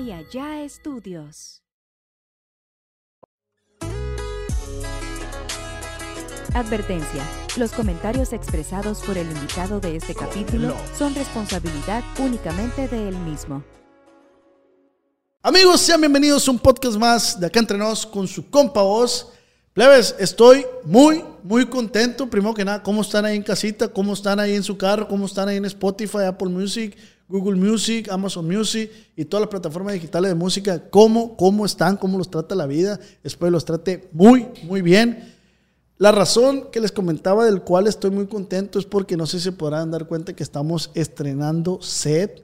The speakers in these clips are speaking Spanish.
y Allá Estudios. Advertencia. Los comentarios expresados por el invitado de este capítulo son responsabilidad únicamente de él mismo. Amigos, sean bienvenidos a un podcast más de Acá Entre Nos con su compa Voz. Plebes, estoy muy contento. Primero que nada, ¿cómo están ahí en casita? ¿Cómo están ahí en su carro? ¿Cómo están ahí en Spotify, Apple Music, Google Music, Amazon Music y todas las plataformas digitales de música? ¿Cómo están? ¿Cómo los trata la vida? Espero los trate muy bien. La razón que les comentaba del cual estoy muy contento es porque no sé si se podrán dar cuenta que estamos estrenando set.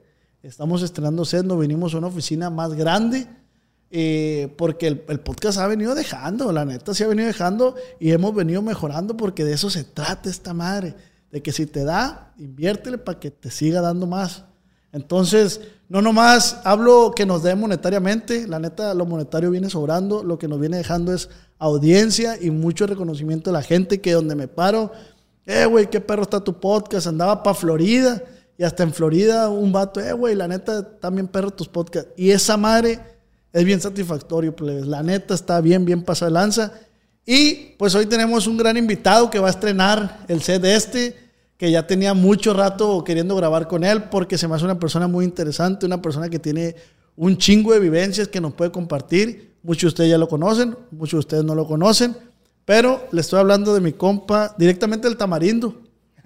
Nos venimos a una oficina más grande porque el podcast ha venido dejando, la neta se ha venido dejando y hemos venido mejorando porque de eso se trata esta madre, de que si te da, inviértele para que te siga dando más. Entonces, no nomás hablo que nos dé monetariamente, la neta lo monetario viene sobrando, lo que nos viene dejando es audiencia y mucho reconocimiento de la gente que donde me paro, güey, qué perro está tu podcast, andaba para Florida y hasta en Florida un vato, güey, la neta también perro tus podcasts y esa madre es bien satisfactorio, plebes. La neta está bien pasada de lanza y pues hoy tenemos un gran invitado que va a estrenar el set que ya tenía mucho rato queriendo grabar con él porque se me hace una persona muy interesante, una persona que tiene un chingo de vivencias que nos puede compartir. Muchos de ustedes ya lo conocen, muchos de ustedes no lo conocen, pero le estoy hablando de mi compa, directamente del Tamarindo,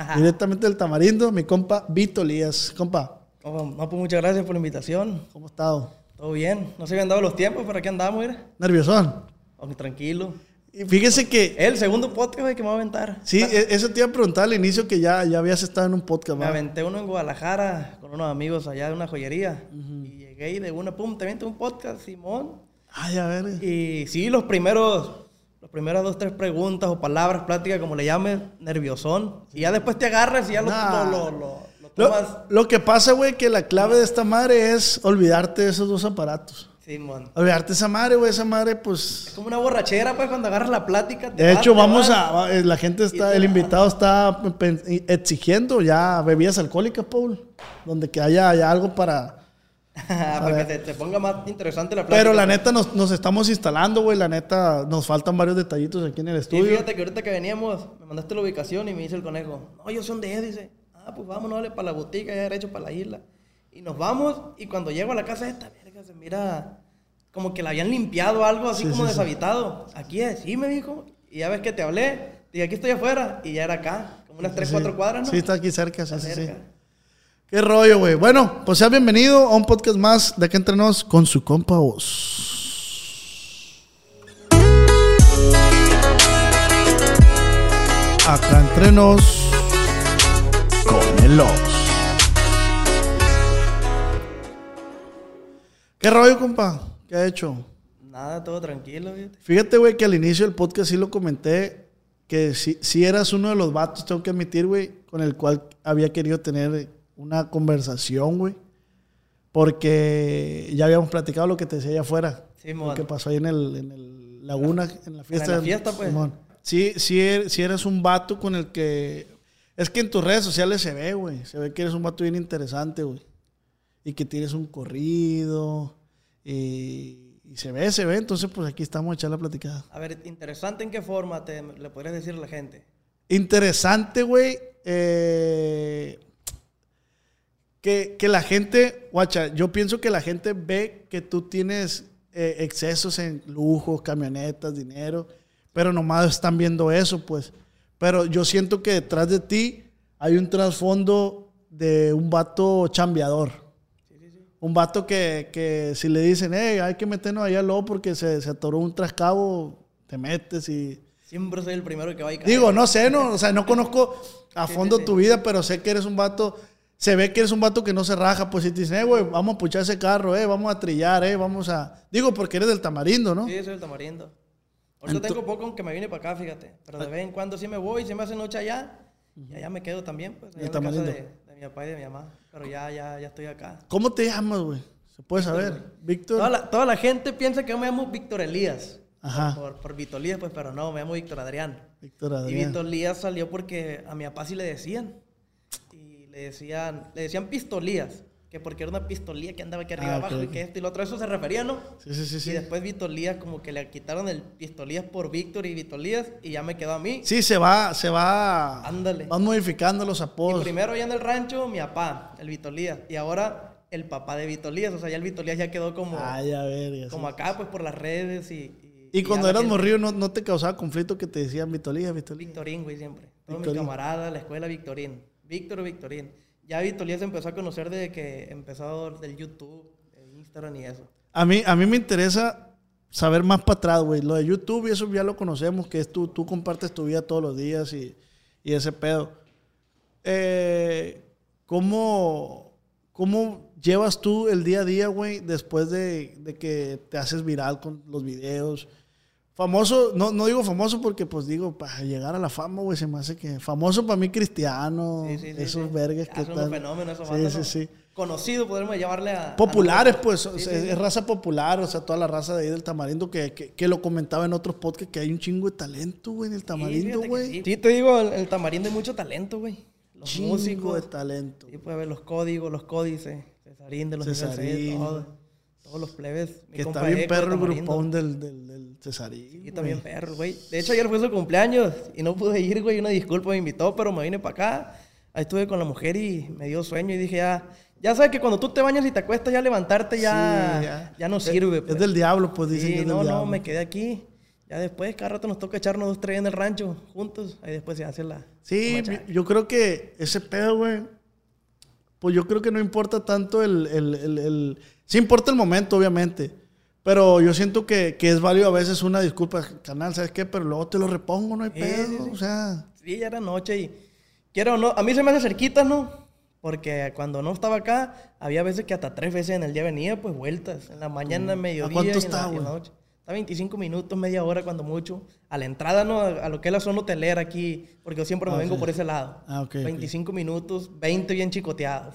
mi compa Vito Elías. Compa. No, pues muchas gracias por la invitación. ¿Cómo ha estado? Todo bien, no se habían dado los tiempos, pero aquí andamos, mira. ¿Nerviosón? Tranquilo. Y fíjese que... El segundo podcast que me va a aventar. Sí, eso te iba a preguntar al inicio que ya habías estado en un podcast. Me aventé uno en Guadalajara con unos amigos allá de una joyería. Y llegué y de una, pum, te aventé un podcast, Simón. Ay, a ver. Y sí, las primeras 2-3 preguntas o palabras, pláticas, como le llames, nerviosón. Y ya después te agarras y ya lo tomas. Lo que pasa, güey, que la clave de esta madre es olvidarte de esos dos aparatos. Simón. Olvidarte de esa madre, güey, esa madre, pues... Es como una borrachera, pues, cuando agarras la plática. De hecho, la gente está, el invitado está exigiendo ya bebidas alcohólicas, Paul, donde que haya algo para que te ponga más interesante la plática. Pero la neta nos estamos instalando, güey, la neta nos faltan varios detallitos aquí en el estudio. Sí, fíjate que ahorita que veníamos, me mandaste la ubicación y me dice el conejo, no, yo son de dice, pues vámonos para la botica, ya derecho para la isla. Y nos vamos, y cuando llego a la casa esta, verga, se mira como que la habían limpiado algo así como deshabitado. Aquí es, sí, me dijo, y ya ves que te hablé, dije, aquí estoy afuera, y ya era acá, como unas 3-4 cuadras, ¿no? Sí, está aquí cerca, sí. Qué rollo, güey. Bueno, pues sea bienvenido a un podcast más de Acá Entre Nos con su compa Voz. Acá Entre Nos con el Oz. ¿Qué rollo, compa? ¿Qué ha hecho? Nada, todo tranquilo, fíjate. Fíjate, güey, que al inicio del podcast sí lo comenté, que si eras uno de los vatos, tengo que admitir, güey, con el cual había querido tener una conversación, güey. Porque ya habíamos platicado lo que te decía allá afuera. Sí, lo que pasó ahí en el Laguna, en la fiesta. En la fiesta, pues. Simón. Sí eres un vato con el que... Es que en tus redes sociales se ve, güey. Se ve que eres un vato bien interesante, güey. Y que tienes un corrido. Y se ve. Entonces, pues aquí estamos a echar la platicada. A ver, ¿interesante en qué forma le podrías decir a la gente? Interesante, güey. Que la gente, guacha, yo pienso que la gente ve que tú tienes excesos en lujos, camionetas, dinero, pero nomás están viendo eso, pues. Pero yo siento que detrás de ti hay un trasfondo de un vato chambeador. Sí. Un vato que si le dicen, hay que meternos allá al lobo porque se atoró un trascabo, te metes y... Siempre soy el primero que va a caer. Digo, no sé, o sea, no conozco a fondo tu vida, pero sé que eres un vato... Se ve que eres un vato que no se raja, pues si te dicen, güey, vamos a puchar ese carro, vamos a trillar, vamos a... Digo, porque eres del Tamarindo, ¿no? Sí, soy del Tamarindo. Ahorita tengo poco aunque me vine para acá, fíjate. Pero de vez en cuando sí me voy, sí me hace noche allá. Y allá me quedo también, pues. Allá en la casa de mi papá y de mi mamá. Pero ya estoy acá. ¿Cómo te llamas, güey? ¿Se puede saber? Víctor. Toda la gente piensa que yo me llamo Víctor Elías. Ajá. Por Víctor Elías, pues, pero no, me llamo Víctor Adrián. Víctor Adrián. Y Víctor Elías salió porque a mi papá sí le decían. Le decían Pistolías. que porque era una pistolía que andaba aquí arriba abajo y que esto y lo otro, eso se refería, ¿no? Sí. Y después Vitolías, como que le quitaron el pistolías por Víctor y Vitolías y ya me quedó a mí. Sí, se va. Ándale. Van modificando los Y apodos. primero ya en el rancho, mi papá, el Vitolías. Y ahora el papá de Vitolías. O sea, ya el Vitolías ya quedó como, Ay, a ver. como acá, pues por las redes Y cuando ya eras la gente- morrillo, ¿no te causaba conflicto que te decían Vitolía? Victorín, güey, siempre. Todos mis Victorín. camaradas, la escuela Victorín. Víctor o Victorín. Ya Vitolías se empezó a conocer desde que empezó del YouTube, de Instagram y eso. A mí me interesa saber más para atrás, güey. Lo de YouTube y eso ya lo conocemos, que es tú compartes tu vida todos los días y ese pedo. ¿Cómo llevas tú el día a día, güey, después de que te haces viral con los videos? Famoso, no digo famoso porque pues digo, para llegar a la fama, güey, se me hace que... Famoso para mí cristiano, esos vergas que son están... un fenómeno, eso Sí. Conocido, podemos llamarle a... Populares, a pues, sí, o sea, sí. es raza popular, o sea, toda la raza de ahí del Tamarindo que lo comentaba en otros podcasts, que hay un chingo de talento, güey, en el Tamarindo, fíjate que güey. Sí. Sí, te digo, el Tamarindo hay mucho talento, güey. Los Chingo músicos. de talento. Sí, puedes ver los códigos, los códices. Cesarín de los Cesarín. todos los plebes. Mi Que está compa bien Eco de perro el Tamarindo. grupón del Cesarín. Sí, también perro, güey. De hecho, ayer fue su cumpleaños y no pude ir, güey. Una disculpa, me invitó, pero me vine para acá. Ahí estuve con la mujer y me dio sueño y dije, ya sabes que cuando tú te bañas y te acuestas ya levantarte ya no sirve. Es del diablo, pues dicen Sí, que es del diablo. me quedé aquí. Ya después, cada rato nos toca echarnos 2, 3 en el rancho juntos. Ahí después se hace la... Sí, machaca. yo creo que ese pedo, güey, pues yo creo que no importa tanto sí importa el momento, obviamente, pero yo siento que es válido a veces una disculpa, canal, ¿sabes qué? Pero luego te lo repongo, no hay pedo, sí. o sea... Sí, ya era noche y... Quiero o no, a mí se me hace cerquita, ¿no? Porque cuando no estaba acá, había veces que hasta 3 veces en el día venía, pues vueltas. En la mañana, mediodía cuánto y en está, la güey? noche. Está 25 minutos, media hora cuando mucho. A la entrada, ¿no? A lo que es la zona hotelera aquí, porque yo siempre me vengo sí. por ese lado. Ok. 25 minutos, 20 bien chicoteados.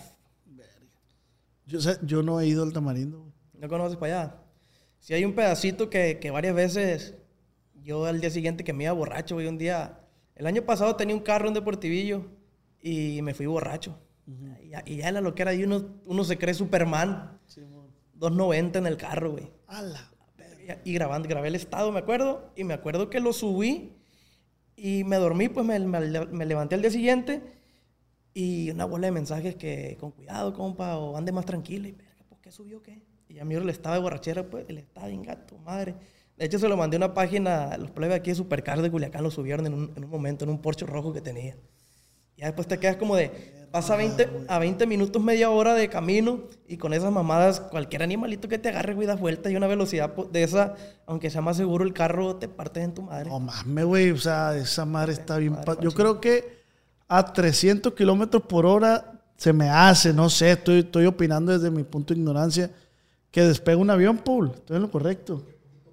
Yo no he ido al Tamarindo, güey. ¿No conoces para allá? Si hay un pedacito que varias veces, yo al día siguiente que me iba borracho, güey, un día... El año pasado tenía un carro, un deportivillo, y me fui borracho. Y ya en la loquera ahí uno se cree Superman. 290 en el carro, güey. A la Y grabé el estado, me acuerdo. Y me acuerdo que lo subí y me dormí, pues me levanté al día siguiente y una bola de mensajes que con cuidado, compa, o ande más tranquilo. Y, verga, ¿por qué subió qué? Y ya miro el estado de borrachera, pues el estado en gato, madre. De hecho, se lo mandé a una página, los plebes aquí de Supercars de Culiacán lo subieron en un momento, en un Porsche rojo que tenía. Ya después te quedas como de, pasa 20 minutos, media hora de camino y con esas mamadas, cualquier animalito que te agarre, güey, das vuelta y una velocidad de esa, aunque sea más seguro el carro, te partes en tu madre. No mames, güey, o sea, esa madre está bien... madre Yo machín. creo que a 300 kilómetros por hora se me hace, no sé, estoy opinando desde mi punto de ignorancia, que despega un avión, Paul. Estoy en lo correcto.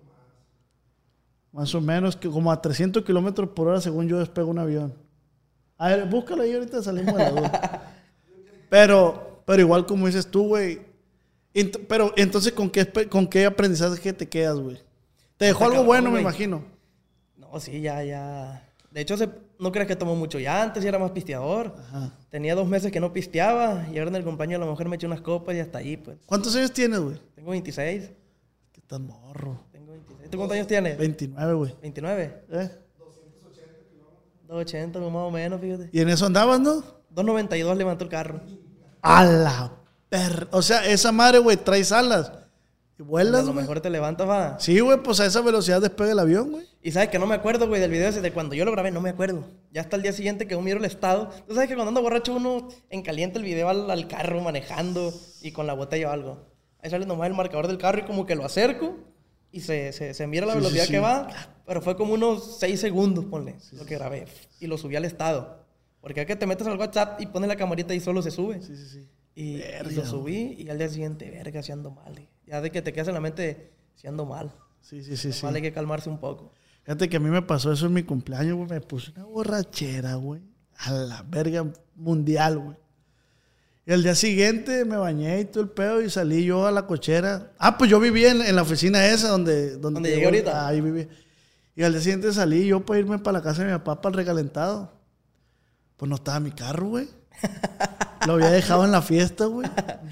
Más o menos, que como a 300 kilómetros por hora, según yo, despega un avión. A ver, búscalo ahí, ahorita salimos de la duda. Pero igual como dices tú, güey. Pero entonces, ¿con qué aprendizaje te quedas, güey? Te dejó Está algo cabrón, bueno, me güey. imagino. No, sí, ya. De hecho, no creas que tomó mucho. Ya antes ya era más pisteador. Ajá. Tenía 2 meses que no pisteaba y ahora en el cumpleaños de la mujer me eché unas copas y hasta ahí, pues. ¿Cuántos años tienes, güey? Tengo 26. Que estás morro. Tengo 26. ¿Tú cuántos años tienes? 29, güey. 29. ¿Eh? 280, más o menos, fíjate. Y en eso andabas, ¿no? 292 levantó el carro. A la perra. O sea, esa madre, güey, trae alas. Y A vuelas, lo güey. mejor te levantas, va. Sí, güey, pues a esa velocidad despega el avión, güey. Y sabes que no me acuerdo, güey, del video ese de cuando yo lo grabé, no me acuerdo. Ya hasta el día siguiente que miro el estado. Tú sabes que cuando ando borracho uno encalienta el video al carro manejando y con la botella o algo. Ahí sale nomás el marcador del carro y como que lo acerco y se mira la Sí, velocidad sí, que sí. va. Pero fue como unos 6 segundos, ponle, lo que grabé. Y lo subí al estado. Porque es que te metes al WhatsApp y pones la camarita y solo se sube. Sí, sí, sí. Y Verga, lo subí y al día siguiente, verga, si ando mal. Ya de que te quedas en la mente, si ando mal. Sí, sí, sí, sí. Vale, hay que calmarse un poco. Fíjate que a mí me pasó eso en mi cumpleaños, güey. Me puse una borrachera, güey. A la verga mundial, güey. Y al día siguiente me bañé y todo el pedo y salí yo a la cochera. Ah, pues yo vivía en la oficina esa donde ¿Donde llegué ahorita? Ahí viví. Y al día siguiente salí yo para irme para la casa de mi papá para el recalentado. Pues no estaba mi carro, güey. Lo había dejado en la fiesta, güey.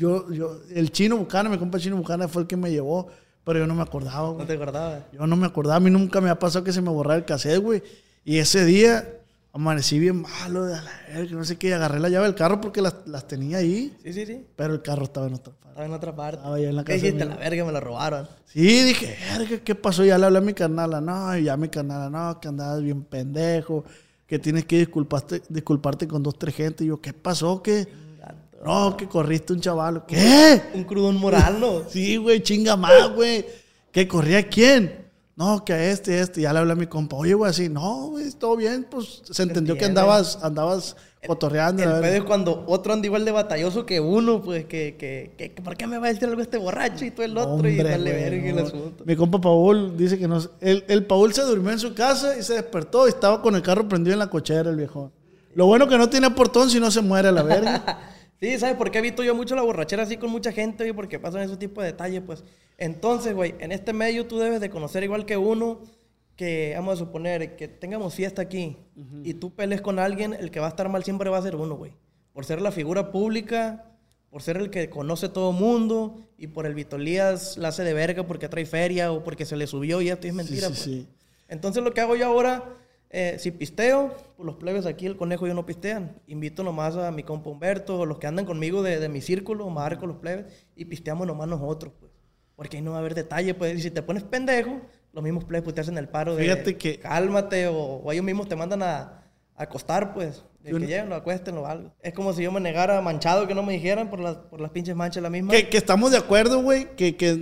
El Chino Bucana, mi compa Chino Bucana fue el que me llevó, pero yo no me acordaba, güey. ¿No te acordabas? Yo no me acordaba, a mí nunca me ha pasado que se me borrara el cassette, güey. Y ese día amanecí bien malo, de a la verga, no sé qué, agarré la llave del carro porque las tenía ahí. Sí. Pero el carro estaba en otra parte. Estaba en otra parte. Estaba allá en la ¿Qué casa dijiste? mía. La verga, me la robaron. Sí, dije, verga, ¿qué pasó? Ya le hablé a mi carnala, no, y ya mi carnala, no, que andabas bien pendejo, que tienes que disculparte con 2, 3 gente. Y yo, ¿qué pasó? ¿Qué? No, que corriste un chaval. ¿Qué? Un crudón moral, ¿no? Sí, güey, chinga más, güey. ¿Que corría a quién? No, que a este. Ya le hablé a mi compa. Oye, güey, así, no, güey, todo bien. Pues se entendió que andabas cotorreando. El pedo es cuando otro anda igual de batalloso que uno, pues, que ¿por qué me va a decir algo este borracho y tú el otro? Hombre, y vale güey, verga el no. asunto. Mi compa Paul dice que no. El Paul se durmió en su casa y se despertó y estaba con el carro prendido en la cochera, el viejo. Lo bueno que no tiene portón, si no se muere a la verga. Sí, ¿sabes por qué he visto yo mucho la borrachera así con mucha gente, güey? Porque pasan esos tipos de detalles, pues. Entonces, güey, en este medio tú debes de conocer igual que uno, que vamos a suponer que tengamos fiesta aquí y tú pelees con alguien, el que va a estar mal siempre va a ser uno, güey. Por ser la figura pública, por ser el que conoce todo mundo y por el Vito Elías la hace de verga porque trae feria o porque se le subió y esto es mentira, pues. Sí. Entonces lo que hago yo ahora, si pisteo, pues los plebes aquí, el conejo y yo no pistean. Invito nomás a mi compa Humberto o los que andan conmigo de mi círculo, Marco, los plebes, y pisteamos nomás nosotros, pues. Porque ahí no va a haber detalle, pues. Y si te pones pendejo, los mismos plebes pues, te hacen el paro de Fíjate que cálmate o ellos mismos te mandan a acostar, pues. De Yo que no- lleguen, lo acuesten o algo. Es como si yo me negara manchado que no me dijeran por las pinches manchas la misma. que estamos de acuerdo, güey, que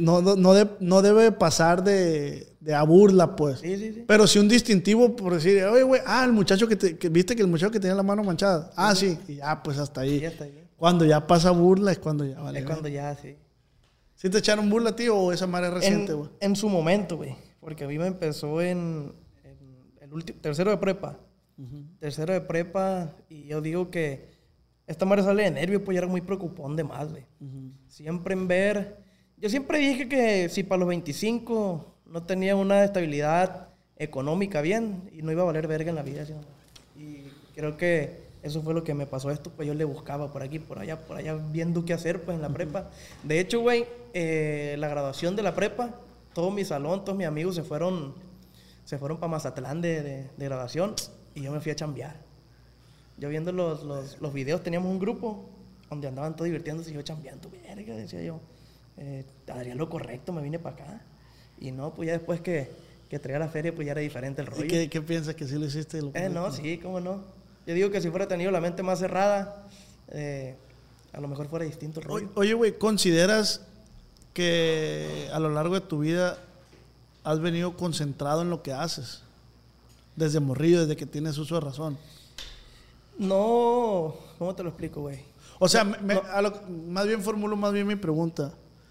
no debe pasar de a burla, pues. Sí. Pero sí un distintivo por decir, oye, güey, el muchacho que viste que el muchacho que tenía la mano manchada. Ah, sí. Y ya, pues hasta ahí. Sí, hasta ahí. Cuando ya pasa burla es cuando ya vale. Es cuando ya, sí. ¿Sí te echaron burla, tío, o esa madre es reciente, güey? En su momento, güey. Porque a mí me empezó en el último, tercero de prepa. Tercero de prepa, y yo digo que esta madre sale de nervio, pues yo era muy preocupón de más, güey. Siempre en ver... Yo siempre dije que si para los 25 no tenía una estabilidad económica bien, y no iba a valer verga en la vida, ¿sí? Y creo que eso fue lo que me pasó esto, pues yo le buscaba por aquí, por allá, viendo qué hacer, pues en la prepa. De hecho, güey, la graduación de la prepa, todo mi salón, todos mis amigos se fueron para Mazatlán de graduación y yo me fui a chambear. Yo viendo los videos, teníamos un grupo donde andaban todos divirtiéndose y yo chambeando, verga, decía yo. Haría lo correcto, me vine para acá. Y no, pues ya después que traía la feria, pues ya era diferente el rollo. ¿Y qué piensas que sí lo hiciste? No, sí, cómo no. Yo digo que si fuera tenido la mente más cerrada, a lo mejor fuera distinto el rollo. Oye, güey, ¿consideras que a lo largo de tu vida has venido concentrado en lo que haces? Desde morrillo, desde que tienes uso de razón. No, ¿cómo te lo explico, güey? O sea, más bien formulo mi pregunta.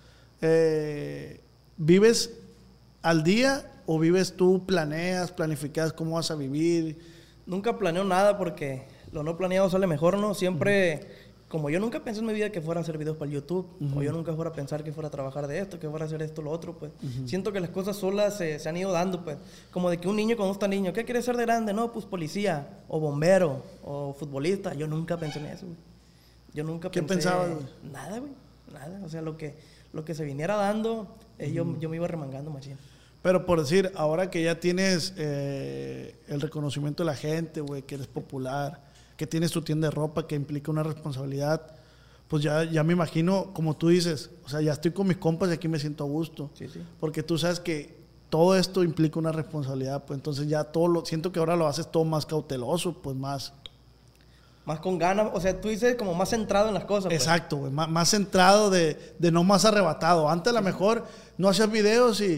¿Vives al día o vives tú, planificas cómo vas a vivir? Nunca planeo nada porque lo no planeado sale mejor, ¿no? Siempre, como yo nunca pensé en mi vida que fuera a hacer videos para el YouTube, o yo nunca fuera a pensar que fuera a trabajar de esto, que fuera a hacer esto, lo otro, pues. Siento que las cosas solas se han ido dando, pues. Como de que un niño cuando está niño, ¿qué quiere ser de grande? No, pues policía, o bombero, o futbolista. Yo nunca pensé en eso, güey. Yo nunca ¿Qué pensé... pensabas, güey? Nada, güey. Nada. O sea, lo que se viniera dando, yo me iba remangando machín. Pero por decir, ahora que ya tienes el reconocimiento de la gente, güey, que eres popular, que tienes tu tienda de ropa, que implica una responsabilidad, pues ya me imagino, como tú dices, o sea, ya estoy con mis compas y aquí me siento a gusto. Sí. Porque tú sabes que todo esto implica una responsabilidad, pues entonces ya siento que ahora lo haces todo más cauteloso, pues más... Más con ganas, o sea, tú dices como más centrado en las cosas. Pues. Exacto, güey, más centrado de no más arrebatado. Antes a lo mejor no hacías videos y...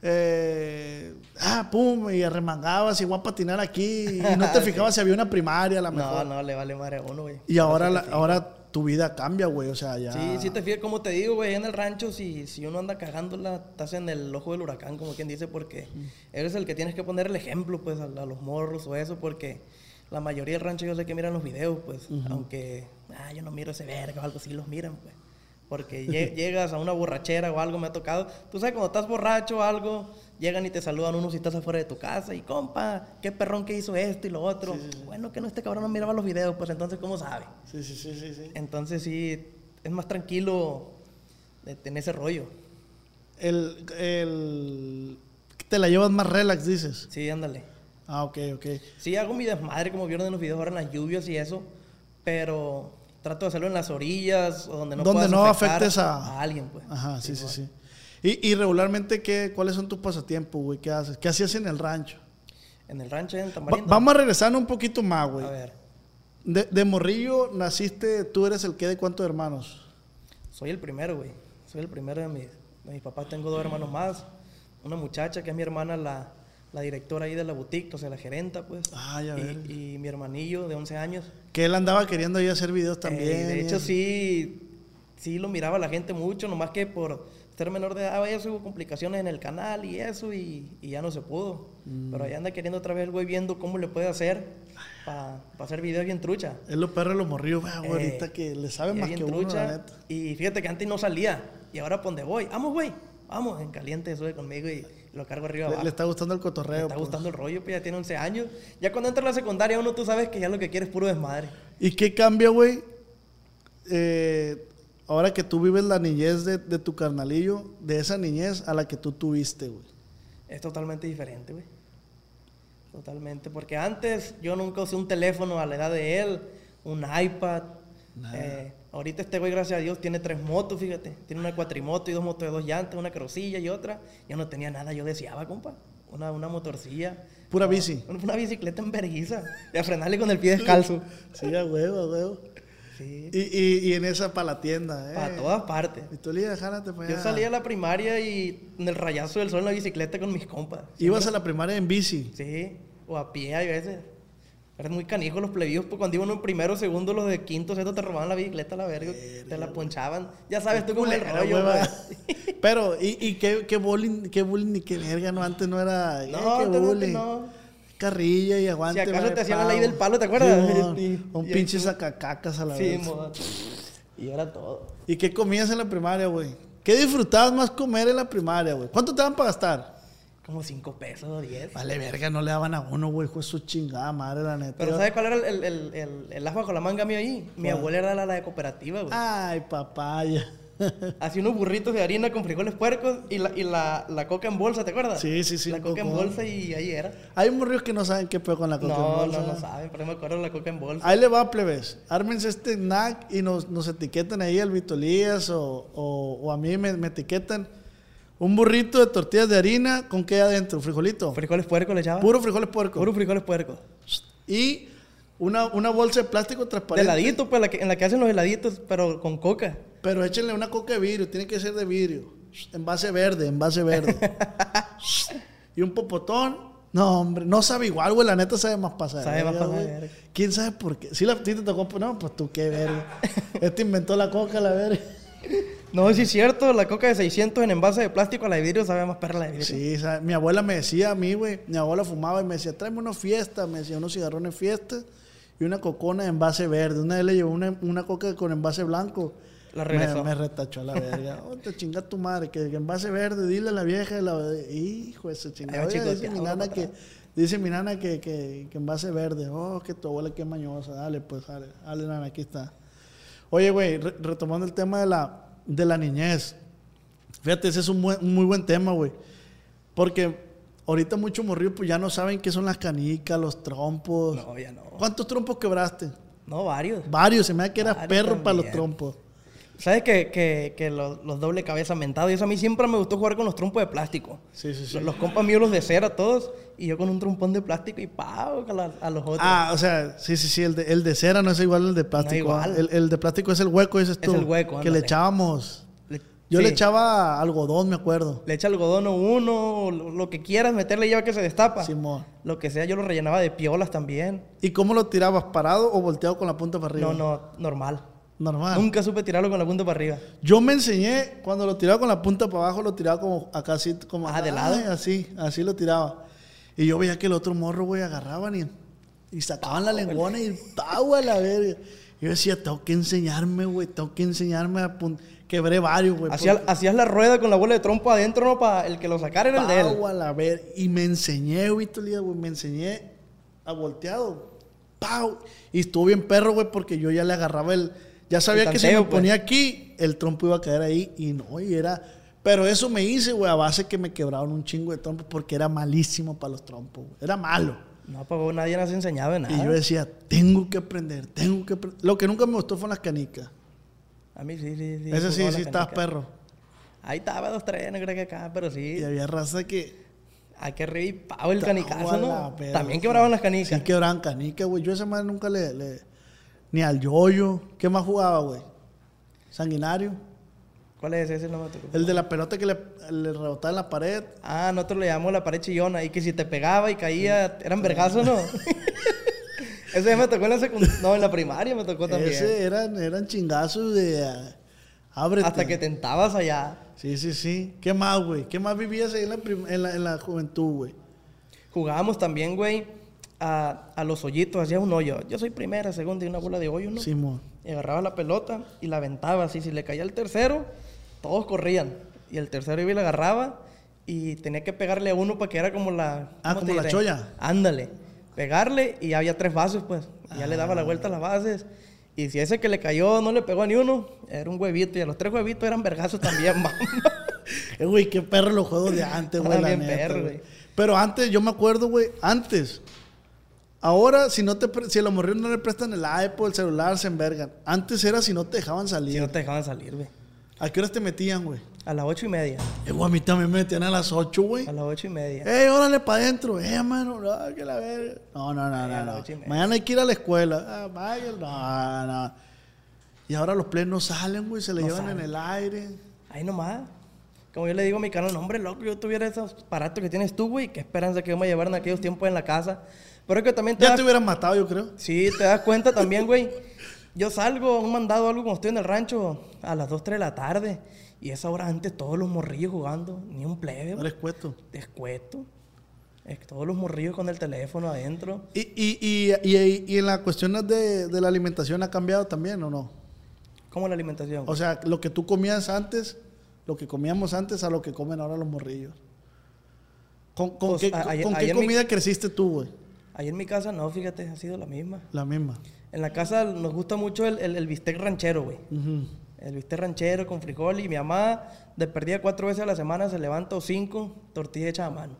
pum, y arremangabas y voy a patinar aquí y no te fijabas si había una primaria a lo mejor. No, le vale madre a uno, güey. Y ahora tu vida cambia, güey, o sea, ya... Sí, te fijas, como te digo, güey, en el rancho, si uno anda cagándola, estás en el ojo del huracán, como quien dice, porque eres el que tienes que poner el ejemplo, pues, a los morros o eso, porque la mayoría del rancho yo sé que miran los videos, pues, aunque, yo no miro ese verga o algo así, los miran, pues. Porque llegas a una borrachera o algo, me ha tocado. Tú sabes, cuando estás borracho o algo, llegan y te saludan uno si estás afuera de tu casa. Y compa, qué perrón que hizo esto y lo otro. Sí. Bueno, que no, este cabrón no miraba los videos, pues entonces, ¿cómo sabe? Sí. Entonces, sí, es más tranquilo de tener ese rollo. Te la llevas más relax, dices. Sí, ándale. Ah, ok. Sí, hago mi desmadre, como vieron en los videos ahora en las lluvias y eso. Pero trato de hacerlo en las orillas o donde no afectes a alguien, pues. Ajá, sí. Y regularmente, ¿cuáles son tus pasatiempos, güey? ¿Qué haces? ¿Qué hacías en el rancho? En el rancho, en Tamarindo. Vamos a regresar un poquito más, güey. A ver. De morrillo naciste, ¿tú eres el qué de cuántos hermanos? Soy el primero, güey. Soy el primero de mis papás. Tengo 2 hermanos más. Una muchacha que es mi hermana, la directora ahí de la boutique, o sea, la gerenta, pues. Ah, ya ves. Y mi hermanillo de 11 años. Que él andaba queriendo ir a hacer videos también. De hecho, sí lo miraba la gente mucho, nomás que por ser menor de edad, eso hubo complicaciones en el canal y eso, y ya no se pudo. Pero ahí anda queriendo otra vez el güey viendo cómo le puede hacer para hacer videos bien trucha. Es lo perro de los morrillos, güey, ahorita que le sabe más que uno, la neta. Y fíjate que antes no salía, y ahora por donde voy, vamos, güey. Vamos, en caliente, sube conmigo y lo cargo arriba abajo. Le está gustando el cotorreo. Le está gustando el rollo, pues ya tiene 11 años. Ya cuando entra a la secundaria, tú sabes que ya lo que quiere es puro desmadre. ¿Y qué cambia, güey? Ahora que tú vives la niñez de tu carnalillo, de esa niñez a la que tú tuviste, güey. Es totalmente diferente, güey. Totalmente. Porque antes yo nunca usé un teléfono a la edad de él, un iPad. Ahorita este güey, gracias a Dios, tiene 3 motos, fíjate. Tiene una cuatrimoto y 2 motos de 2 llantas, una carrocilla y otra. Yo no tenía nada, yo deseaba, compa. Una motorcilla. ¿Pura bici? Una bicicleta en vergüenza. Y a frenarle con el pie descalzo. Sí, a huevo. Sí. Y en esa para la tienda, Para todas partes. Y tú le ibas, jálate para allá. Yo salía a la primaria y en el rayazo del sol en la bicicleta con mis compas. ¿Ibas a la primaria en bici? Sí, o a pie a veces. Eran muy canijos los plebíos, pues cuando iban en primero, segundo, los de quinto, sexto te robaban la bicicleta a la verga, te la ponchaban. Ya sabes tú cómo es el rollo, güey. Pero, ¿y qué bullying ni qué verga? No, antes no era... No, qué bullying. No. Carrilla y aguante. Si acaso te hacían la ley del palo, ¿te acuerdas? Sí, un pinche sacacacas a la vez. Y era todo. ¿Y qué comías en la primaria, güey? ¿Qué disfrutabas más comer en la primaria, güey? ¿Cuánto te daban para gastar? Como 5 pesos o 10. Vale, verga, no le daban a uno, güey. Hijo de su chingada madre, la neta. Pero ¿sabes cuál era el as bajo la manga mío ahí? Mi abuela era la de cooperativa, güey. Ay, papaya. Hacía unos burritos de harina con frijoles puercos y la coca en bolsa, ¿te acuerdas? Sí. La coca en bolsa y ahí era. Hay morrillos que no saben qué pedo con la coca en bolsa. No saben, pero me acuerdo de la coca en bolsa. Ahí le va, plebes. Ármense este snack y nos etiquetan ahí al Vito Elías o a mí me etiquetan. Un burrito de tortillas de harina, ¿con qué adentro? ¿Frijolito? ¿Frijoles puercos le echaba? Puro frijoles puercos. Puro frijoles puercos. Y una bolsa de plástico transparente. De heladito, pues, en la que hacen los heladitos, pero con coca. Pero échenle una coca de vidrio, tiene que ser de vidrio. Envase verde. Y un popotón. No, hombre, no sabe igual, güey, la neta sabe más pasada. Sabe más pasada. ¿Quién sabe por qué? Si a ti te tocó, no, pues tú qué verga. Este inventó la coca, la verga. No, sí es cierto, la coca de 600 en envase de plástico, la de vidrio sabe más perra la de vidrio. Sí, mi abuela me decía a mí, güey, mi abuela fumaba y me decía, tráeme una fiesta, me decía unos cigarrones fiesta y una cocona de envase verde. Una vez le llevó una coca con envase blanco. La regresó. Me retachó a la verga. Oh, te chinga tu madre, que envase verde, dile a la vieja, hijo de esa chingada. Dice mi nana que envase verde. Oh, que tu abuela qué mañosa. Dale, pues, dale, nana, aquí está. Oye, güey, retomando el tema de la niñez. Fíjate, ese es un muy buen tema, güey. Porque ahorita muchos morrillos pues ya no saben qué son las canicas, los trompos. No, ya no. ¿Cuántos trompos quebraste? No, varios. Varios, se me da que eras perro también para los trompos. ¿Sabes que los doble cabeza mentados? Y eso a mí siempre me gustó jugar con los trompos de plástico. Sí. Los compas míos los de cera todos. Y yo con un trompón de plástico y ¡pau! A los otros. Ah, o sea, sí. El de cera no es igual al de plástico. No igual. El de plástico es el hueco, dices tú. Es el hueco, que le echábamos. Yo le echaba algodón, me acuerdo. Le echa algodón o uno, lo que quieras meterle lleva que se destapa. Simón. Lo que sea, yo lo rellenaba de piolas también. ¿Y cómo lo tirabas? ¿Parado o volteado con la punta para arriba? No, normal. Normal. Nunca supe tirarlo con la punta para arriba. Yo me enseñé, cuando lo tiraba con la punta para abajo, lo tiraba como acá así, como de lado. Así lo tiraba. Y yo veía que el otro morro, güey, agarraban y sacaban la lengona y ¡pau! A la verga. Yo decía, tengo que enseñarme, güey. Tengo que enseñarme a quebré varios, güey. Hacías la rueda con la bola de trompo adentro, ¿no? Para el que lo sacara era el de él. A la ver. Y me enseñé, güey, güey. Me enseñé a volteado. ¡Pau! Y estuvo bien perro, güey, porque yo ya le agarraba ya sabía que si me ponía aquí, el trompo iba a caer ahí. Y no, y era... Pero eso me hice, güey, a base que me quebraron un chingo de trompos porque era malísimo para los trompos, güey. Era malo. No, pues nadie nos enseñaba de nada. Y yo decía, tengo que aprender. Lo que nunca me gustó fueron las canicas. A mí sí. Ese sí estabas perro. Ahí estaba 2, 3, no creo que acá, pero sí. Y había raza que... Hay que reír, pavo el canicazo, ¿no? También quebraban las canicas. Sí, quebraban canicas, güey. Yo esa madre nunca ni al yoyo. ¿Qué más jugaba, güey? Sanguinario. ¿Cuál es ese? No me tocó. El de la pelota que le rebotaba en la pared. Ah, nosotros le llamamos la pared chillona. Y que si te pegaba y caía, eran vergazos, ¿no? Ese ya me tocó en la secundaria. No, en la primaria me tocó también. Ese eran chingazos de... ábrete. Hasta que tentabas allá. Sí. ¿Qué más, güey? ¿Qué más vivías ahí en la juventud, güey? Jugábamos también, güey, a los hoyitos. Hacías un hoyo. Yo soy primera, segunda y una bola de hoyo, ¿no? Sí, mo. Y agarrabas la pelota y la aventabas. Y si le caía el tercero, todos corrían. Y el tercero iba y la agarraba. Y tenía que pegarle a uno para que era como la... como la cholla. Ándale. Pegarle y había 3 bases, pues. Y ya le daba la vuelta a las bases. Y si ese que le cayó no le pegó a ni uno, era un huevito. Y a los 3 huevitos eran vergazos también, mamá. Güey, qué perro los juegos de antes, güey. Bien perro, güey. Pero antes, yo me acuerdo, güey, antes. Ahora, si a los morrillos no le prestan el iPod, el celular, se envergan. Antes era si no te dejaban salir. Si no te dejaban salir, güey. ¿A qué horas te metían, güey? A las 8:30. Güey, a mí también me metían a las 8, güey. A las 8:30. Órale para adentro. Mano, no, que la verga. No. Mañana hay que ir a la escuela. No. Y ahora los plebes no salen, güey. Se le llevan en el aire. Ahí nomás. Como yo le digo a mi canal, no, hombre, loco, yo tuviera esos aparatos que tienes tú, güey. Qué esperanza que yo me llevara en aquellos tiempos en la casa. Pero es que también ya te hubieran matado, yo creo. Sí, te das cuenta también, güey. Yo salgo a un mandado, algo cuando estoy en el rancho, a las 2, 3 de la tarde. Y esa hora antes todos los morrillos jugando. Ni un plebe. ¿No escueto? Descueto. Todos los morrillos con el teléfono adentro. ¿Y en las cuestiones de la alimentación ha cambiado también o no? ¿Cómo la alimentación? O sea, lo que tú comías antes, lo que comíamos antes a lo que comen ahora los morrillos. ¿Con qué comida creciste tú, güey? Ahí en mi casa no, fíjate, ha sido la misma. La misma. En la casa nos gusta mucho el bistec ranchero, güey. Uh-huh. El bistec ranchero con frijol. Y mi mamá, de perdida 4 veces a la semana, se levanta o 5, tortilla hecha a mano.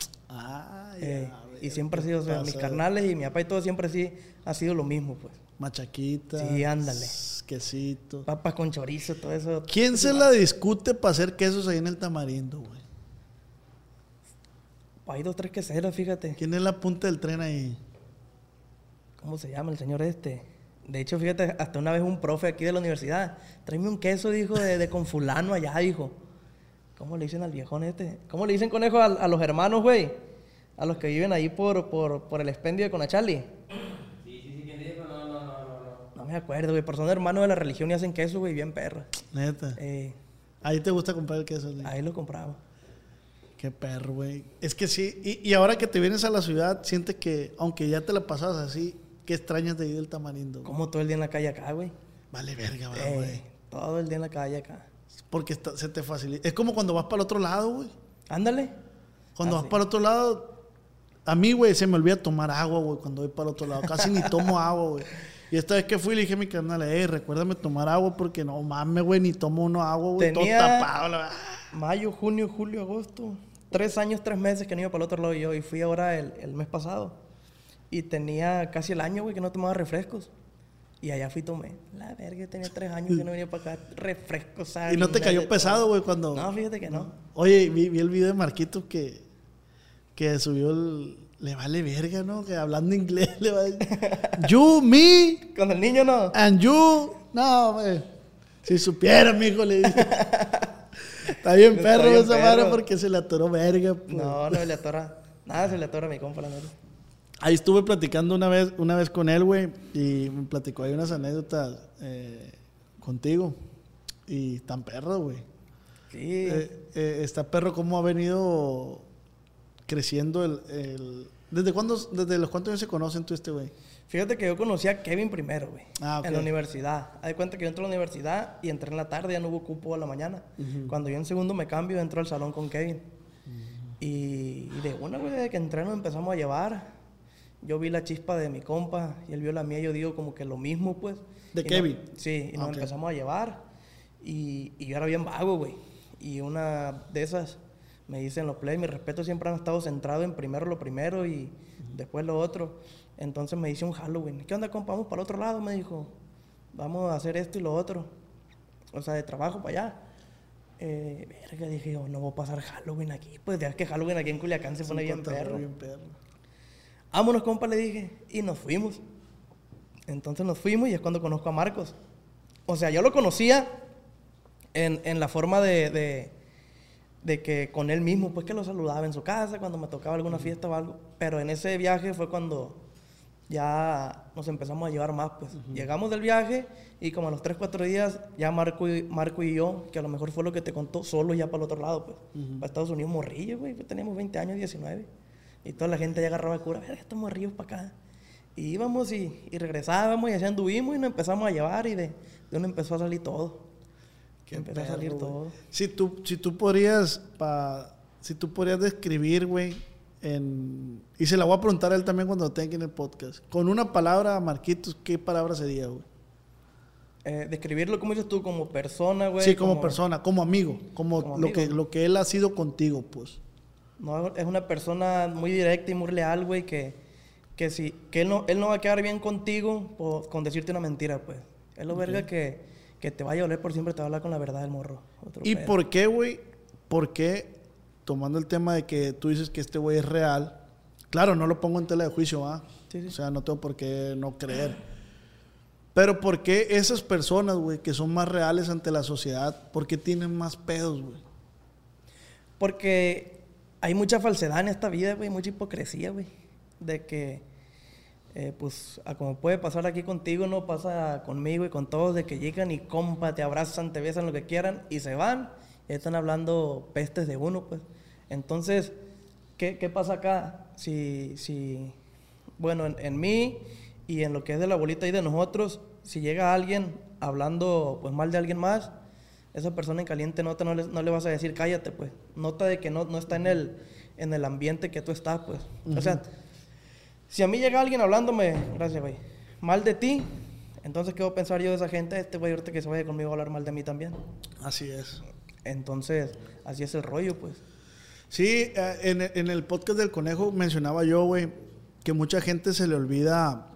Y siempre ha sido, o sea, mis carnales y mi papá y todo siempre sí ha sido lo mismo, pues. Machaquita. Sí, ándale. Quesito. Papas con chorizo, todo eso. ¿Quién se la discute para hacer quesos ahí en el Tamarindo, güey? Hay 2, 3 queseros, fíjate. ¿Quién es la punta del tren ahí? ¿Cómo se llama el señor este? De hecho, fíjate, hasta una vez un profe aquí de la universidad, tráeme un queso, dijo, de con fulano allá, dijo. ¿Cómo le dicen al viejón este? ¿Cómo le dicen, conejo, a los hermanos, güey? A los que viven ahí por el expendio de Conachali. Sí, ¿quién dice? No. No me acuerdo, güey, pero son hermanos de la religión y hacen queso, güey, bien perra. Neta. Ahí te gusta comprar el queso, güey. Ahí lo compraba. Qué perro, güey. Es que sí, y ahora que te vienes a la ciudad, sientes que, aunque ya te la pasabas así, ¿qué extrañas de ir del Tamarindo? Como todo el día en la calle acá, güey. Vale, verga, güey. Todo el día en la calle acá. Porque se te facilita. Es como cuando vas para el otro lado, güey. Ándale. Cuando vas para el otro lado, a mí, güey, se me olvida tomar agua, güey, cuando voy para el otro lado. Casi ni tomo agua, güey. Y esta vez que fui, le dije a mi carnal, recuérdame tomar agua porque no mames, güey, ni tomo uno agua, güey. Todo tapado. Mayo, junio, julio, agosto. 3 años, 3 meses que no iba para el otro lado yo. Y fui ahora el mes pasado. Y tenía casi el año, güey, que no tomaba refrescos. Y allá fui y tomé. La verga, tenía 3 años que no venía para acá. Refrescos, ¿sabes? ¿Y no te cayó pesado, güey, cuando...? No, fíjate que no. Oye, vi el video de Marquito que subió le vale verga, ¿no? Que hablando inglés le va a decir... You, me... Con el niño, ¿no? And you... No, güey. Si supiera, mijo, le dije. Está bien perro esa madre porque se le atoró verga. Pues. No le atora. Nada se le atora a mi compa, la neta. Ahí estuve platicando una vez con él, güey, y me platicó ahí unas anécdotas contigo. Y tan perro, güey. Sí. Está perro cómo ha venido creciendo ¿Desde los cuántos años se conocen tú güey? Fíjate que yo conocí a Kevin primero, güey. Ah, ok. En la universidad. Haz de cuenta que yo entré a la universidad y entré en la tarde, ya no hubo cupo a la mañana. Cuando yo en segundo me cambio, entro al salón con Kevin. Y de una, güey, de que entré nos empezamos a llevar. Yo vi la chispa de mi compa y él vio la mía. Yo digo como que lo mismo, pues. ¿De Y Kevin? Sí, y nos Ok. empezamos a llevar. Y yo era bien vago, güey. Y una de esas me dicen los play, mi respeto, siempre han estado centrados en primero lo primero y después lo otro. Entonces me dice un Halloween, ¿qué onda, compa? Vamos para el otro lado, me dijo. Vamos a hacer esto y lo otro. O sea, de trabajo para allá. Verga, dije yo, no voy a pasar Halloween aquí. Pues ya que Halloween aquí en Culiacán se pone bien perro. Bien perro. Vámonos, compa, le dije. Y nos fuimos. Entonces nos fuimos y es cuando conozco a Marcos. O sea, yo lo conocía en la forma de que con él mismo, pues que lo saludaba en su casa cuando me tocaba alguna fiesta o algo. Pero en ese viaje fue cuando ya nos empezamos a llevar más, pues. Llegamos del viaje y como a los 3-4 días ya Marco y yo, que a lo mejor fue lo que te contó, solo ya para el otro lado, pues. Para Estados Unidos, morrillos, güey. Pues teníamos 20 años, 19. Y toda la gente ya agarraba cura, verga, estos morrillos para acá. Y íbamos y regresábamos y así anduvimos y nos empezamos a llevar y de uno empezó a salir todo. Qué Empezó a perro, salir güey. todo. Si tú podrías describir, güey, y se la voy a preguntar a él también cuando tenga en el podcast. Con una palabra, Marquitos, ¿qué palabra sería, güey? Describirlo, como dices tú, como persona, güey. Sí, como persona, como amigo, como amigo. lo que él ha sido contigo, pues. No, es una persona muy directa y muy leal, güey, que él no va a quedar bien contigo con decirte una mentira, pues. Es lo verga que te vaya a oler por siempre, te va a hablar con la verdad del morro. Otro ¿Y pedo. por qué, güey? ¿Por qué, tomando el tema de que tú dices que este güey es real? Claro, no lo pongo en tela de juicio, ¿va? Sí, sí. O sea, no tengo por qué no creer. Pero ¿por qué esas personas, güey, que son más reales ante la sociedad, por qué tienen más pedos, güey? Porque hay mucha falsedad en esta vida, güey, mucha hipocresía, güey. De que, pues, como puede pasar aquí contigo, no pasa conmigo y con todos, de que llegan y compa, te abrazan, te besan, lo que quieran, y se van, y están hablando pestes de uno, pues. Entonces, ¿qué pasa acá? Bueno, en mí y en lo que es de la bolita y de nosotros, si llega alguien hablando, pues, mal de alguien más, esa persona en caliente nota no le vas a decir cállate, pues. Nota de que no está en el ambiente que tú estás, pues. O sea, si a mí llega alguien hablándome, gracias, güey, mal de ti, entonces, ¿qué voy a pensar yo de esa gente? Este güey ahorita que se vaya conmigo a hablar mal de mí también. Así es. Entonces, así es el rollo, pues. Sí, en el podcast del Conejo mencionaba yo, güey, que mucha gente se le olvida.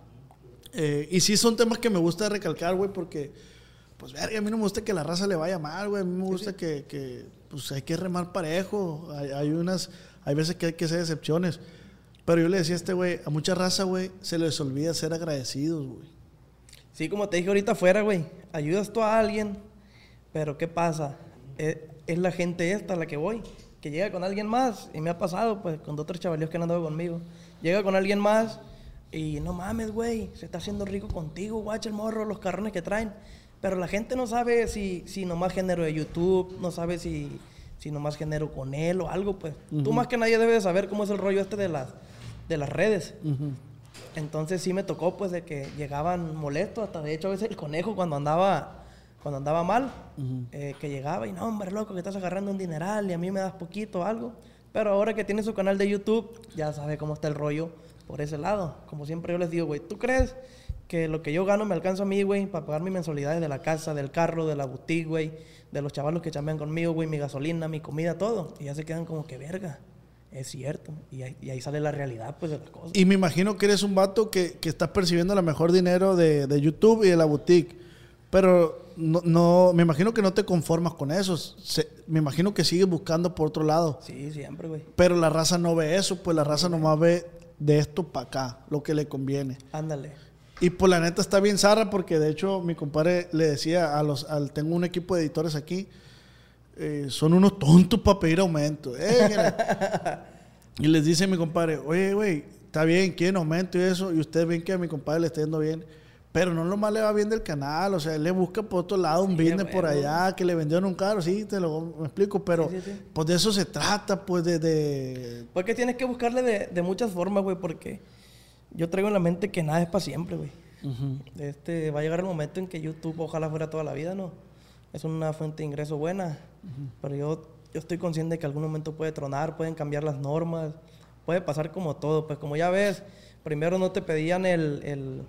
Y sí son temas que me gusta recalcar, güey, porque, pues, verga, a mí no me gusta que la raza le vaya mal, güey. A mí me gusta que pues, hay que remar parejo. Hay veces que hay que hacer excepciones. Pero yo le decía a este güey, a mucha raza, güey, se les olvida ser agradecidos, güey. Sí, como te dije ahorita afuera, güey, ayudas tú a alguien, pero ¿qué pasa? Es la gente esta a la que voy, que llega con alguien más, y me ha pasado, pues, con otros chavalitos que han andado conmigo. Llega con alguien más y no mames, güey, se está haciendo rico contigo, guacha el morro, los carrones que traen. Pero la gente no sabe si nomás género de YouTube, no sabe si nomás género con él o algo, pues. Tú más que nadie debes de saber cómo es el rollo este de las redes. Entonces sí me tocó, pues, de que llegaban molestos, hasta de hecho a veces el Conejo cuando andaba mal, que llegaba y no, hombre, loco, que estás agarrando un dineral y a mí me das poquito o algo. Pero ahora que tiene su canal de YouTube, ya sabe cómo está el rollo por ese lado. Como siempre yo les digo, güey, ¿tú crees que lo que yo gano me alcanza a mí, güey, para pagar mis mensualidades de la casa, del carro, de la boutique, güey, de los chavalos que chambean conmigo, güey, mi gasolina, mi comida, todo? Y ya se quedan como que, verga, es cierto. Y ahí sale la realidad, pues, de las cosas. Y me imagino que eres un vato que estás percibiendo a lo mejor dinero de YouTube y de la boutique. Pero no, me imagino que no te conformas con eso. Me imagino que sigues buscando por otro lado. Sí, siempre, güey. Pero la raza no ve eso, pues la raza nomás ve de esto para acá, lo que le conviene. Ándale. Y pues la neta está bien zarra porque de hecho mi compadre le decía tengo un equipo de editores aquí, son unos tontos para pedir aumento. Y les dice mi compadre, oye, güey, está bien, quieren aumento y eso, y ustedes ven que a mi compadre le está yendo bien, pero no nomás le va bien del canal, o sea, él le busca por otro lado un business por allá, que le vendieron un carro, sí, me explico, pero Sí. pues de eso se trata, pues de... Porque tienes que buscarle de muchas formas, güey, porque yo traigo en la mente que nada es para siempre, güey. Va a llegar el momento en que YouTube ojalá fuera toda la vida, ¿no? Es una fuente de ingreso buena, pero yo estoy consciente de que algún momento puede tronar, pueden cambiar las normas, puede pasar como todo. Pues como ya ves, primero no te pedían el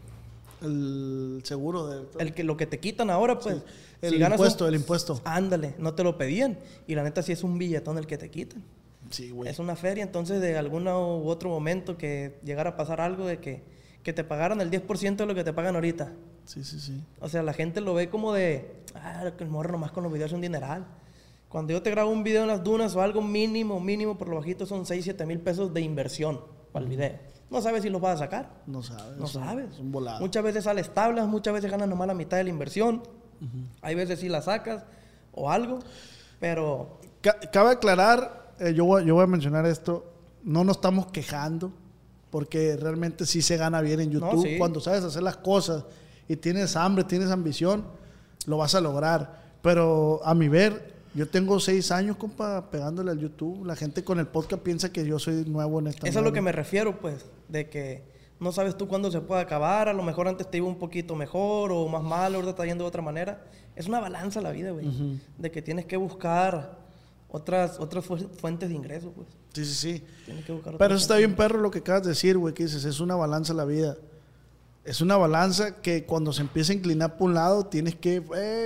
seguro de... lo que te quitan ahora, pues. Sí, el impuesto. Ándale, no te lo pedían. Y la neta sí es un billetón el que te quitan. Sí, güey. Es una feria, entonces de algún u otro momento que llegara a pasar algo de que te pagaran el 10% de lo que te pagan ahorita. Sí, sí, sí. O sea, la gente lo ve como que el morro nomás con los videos es un dineral. Cuando yo te grabo un video en las dunas o algo mínimo, por lo bajito son 6-7 mil pesos de inversión para el video. No sabes si los vas a sacar. No sabes. No sabes. Es un volado. Muchas veces sales tablas, muchas veces ganas nomás la mitad de la inversión. Hay veces sí la sacas o algo, pero... Cabe aclarar, yo voy a mencionar esto, no nos estamos quejando, porque realmente sí se gana bien en YouTube. No, sí. Cuando sabes hacer las cosas y tienes hambre, tienes ambición, lo vas a lograr. Pero a mi ver, yo tengo 6 años, compa, pegándole al YouTube. La gente con el podcast piensa que yo soy nuevo en esta. Eso es lo que me refiero, pues, de que no sabes tú cuándo se puede acabar. A lo mejor antes te iba un poquito mejor o más mal, ahora está yendo de otra manera. Es una balanza la vida, güey. De que tienes que buscar otras fuentes de ingresos, pues. Sí, sí, sí. Tienes que buscar Pero eso está bien, perro, lo que acabas de decir, güey, que dices, es una balanza la vida. Es una balanza que cuando se empieza a inclinar por un lado, tienes que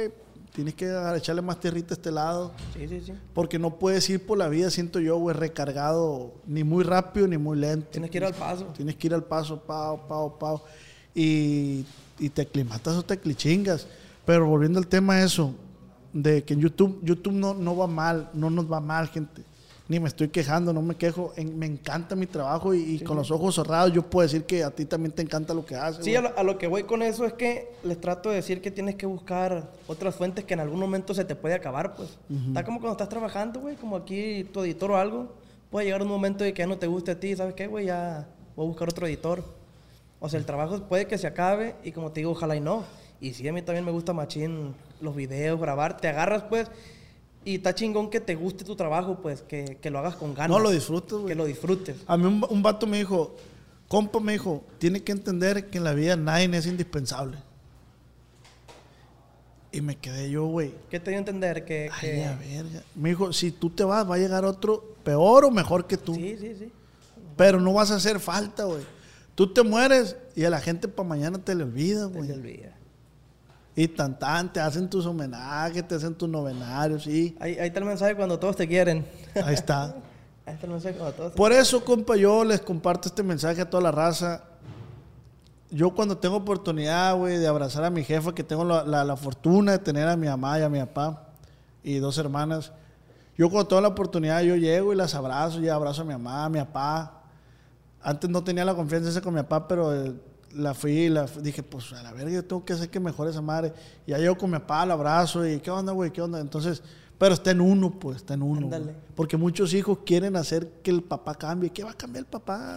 echarle más tierrita a este lado. Sí, sí, sí. Porque no puedes ir por la vida, siento yo, güey, recargado, ni muy rápido ni muy lento. Tienes que ir al paso. Tienes que ir al paso, pao. Y te aclimatas o te clichingas. Pero volviendo al tema eso, de que en YouTube no va mal, no nos va mal, gente. Ni me estoy quejando, no me quejo. Me encanta mi trabajo y Sí, con sí. los ojos cerrados yo puedo decir que a ti también te encanta lo que haces. Sí, güey. a lo que voy con eso es que les trato de decir que tienes que buscar otras fuentes que en algún momento se te puede acabar, pues. Está como cuando estás trabajando, güey, como aquí tu editor o algo. Puede llegar un momento de que ya no te guste a ti, ¿sabes qué, güey? Ya voy a buscar otro editor. O sea, el trabajo puede que se acabe y como te digo, ojalá y no. Y sí, a mí también me gusta machín los videos, grabar. Te agarras, pues, y está chingón que te guste tu trabajo, pues, que lo hagas con ganas. No, lo disfruto, güey. Que lo disfrutes. A mí un vato me dijo, compa, me dijo, tiene que entender que en la vida nadie es indispensable. Y me quedé yo, güey. ¿Qué te dio a entender? Ay, a verga. Me dijo, si tú te vas, va a llegar otro peor o mejor que tú. Sí, sí, sí. Pero no vas a hacer falta, güey. Tú te mueres y a la gente para mañana te le olvida, Te güey. olvida. Y te hacen tus homenajes, te hacen tus novenarios, sí. Ahí está el mensaje cuando todos te quieren. Ahí está. Ahí está el mensaje cuando todos te Por eso, compa, yo les comparto este mensaje a toda la raza. Yo cuando tengo oportunidad, güey, de abrazar a mi jefa, que tengo la fortuna de tener a mi mamá y a mi papá y 2 hermanas, yo cuando tengo la oportunidad, yo llego y las abrazo, y abrazo a mi mamá, a mi papá. Antes no tenía la confianza esa con mi papá, pero dije, pues a la verga, yo tengo que hacer que mejore esa madre. Y ya llego con mi papá, lo abrazo y ¿qué onda, güey? ¿Qué onda? Entonces, pero está en uno, pues, está en uno. Ándale. Porque muchos hijos quieren hacer que el papá cambie. ¿Qué va a cambiar el papá?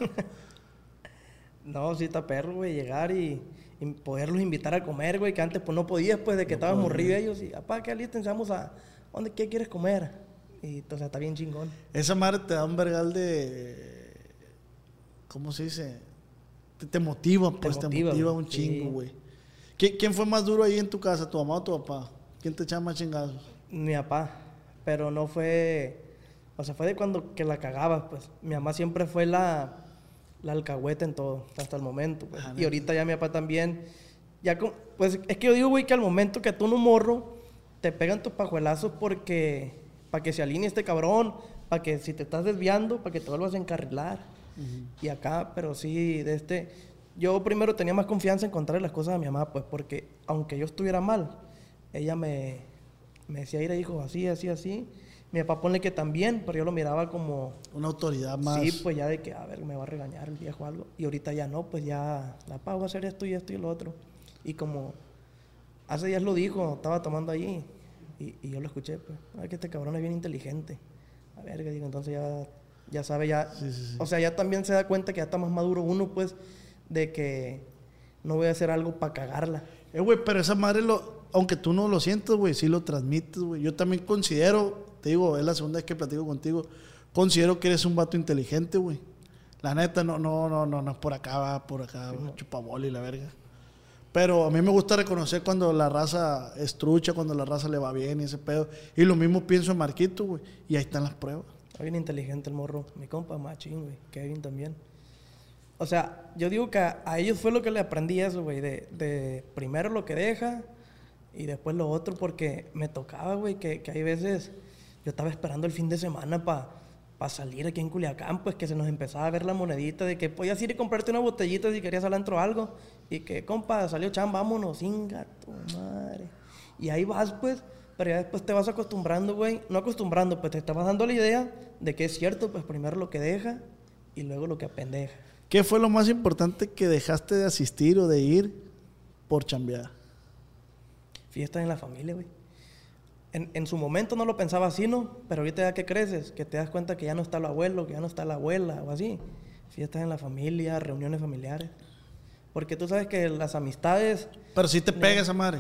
No, sí está perro, güey, llegar y poderlos invitar a comer, güey, que antes pues no podías, pues, de que estabas morrido ellos. Y, papá, ¿qué alisten? Vamos a... ¿Qué quieres comer? Y, o sea, está bien chingón. Esa madre te da un vergal de... ¿Cómo se dice? Te motiva, pues, te motiva un sí. chingo, güey. ¿Quién fue más duro ahí en tu casa, tu mamá o tu papá? ¿Quién te echaba más chingazos? Mi papá, pero no fue... O sea, fue de cuando que la cagabas, pues. Mi mamá siempre fue la alcahueta en todo, hasta el momento, pues. Y ahorita ya mi papá también. Pues es que yo digo, güey, que al momento que tú no morro, te pegan tus pajuelazos porque... Para que se alinee este cabrón, para que si te estás desviando, para que te vuelvas a encarrilar. Y acá, pero sí, yo primero tenía más confianza en contarle las cosas a mi mamá, pues, porque aunque yo estuviera mal, ella me decía, ir hijo, así, así, así. Mi papá ponle que también, pero yo lo miraba como... Una autoridad más. Sí, pues ya de que, a ver, me va a regañar el viejo o algo. Y ahorita ya no, pues ya, papá, voy a hacer esto y lo otro. Y como hace días lo dijo, estaba tomando allí, y yo lo escuché, pues, ay, que este cabrón es bien inteligente. A ver, que digo, entonces ya sabe, ya... Sí, sí, sí. O sea, ya también se da cuenta que ya está más maduro uno, pues, de que no voy a hacer algo para cagarla. Güey, pero esa madre, aunque tú no lo sientas, güey, sí lo transmites, güey. Yo también considero, te digo, es la segunda vez que platico contigo, considero que eres un vato inteligente, güey. La neta, no es por acá, va por acá, sí, chupaboli y la verga. Pero a mí me gusta reconocer cuando la raza es trucha, cuando la raza le va bien y ese pedo. Y lo mismo pienso en Marquito, güey. Y ahí están las pruebas. Está bien inteligente el morro. Mi compa machín, güey. Kevin también. O sea, yo digo que a ellos fue lo que le aprendí eso, güey. De primero lo que deja y después lo otro. Porque me tocaba, güey, que hay veces... Yo estaba esperando el fin de semana para salir aquí en Culiacán, pues que se nos empezaba a ver la monedita de que podías ir y comprarte una botellita si querías al antro o algo. Y que, compa, salió Chan, vámonos, inga tu madre. Y ahí vas, pues, pero ya después te vas acostumbrando, güey. No acostumbrando, pues te estabas dando la idea de que es cierto, pues primero lo que deja y luego lo que apendeja. ¿Qué fue lo más importante que dejaste de asistir o de ir por chambear? Fiestas en la familia, güey. En su momento no lo pensaba así, ¿no? Pero ahorita ya que creces, que te das cuenta que ya no está el abuelo, que ya no está la abuela o así. Fiestas en la familia, reuniones familiares. Porque tú sabes que las amistades... Pero sí te pega esa madre.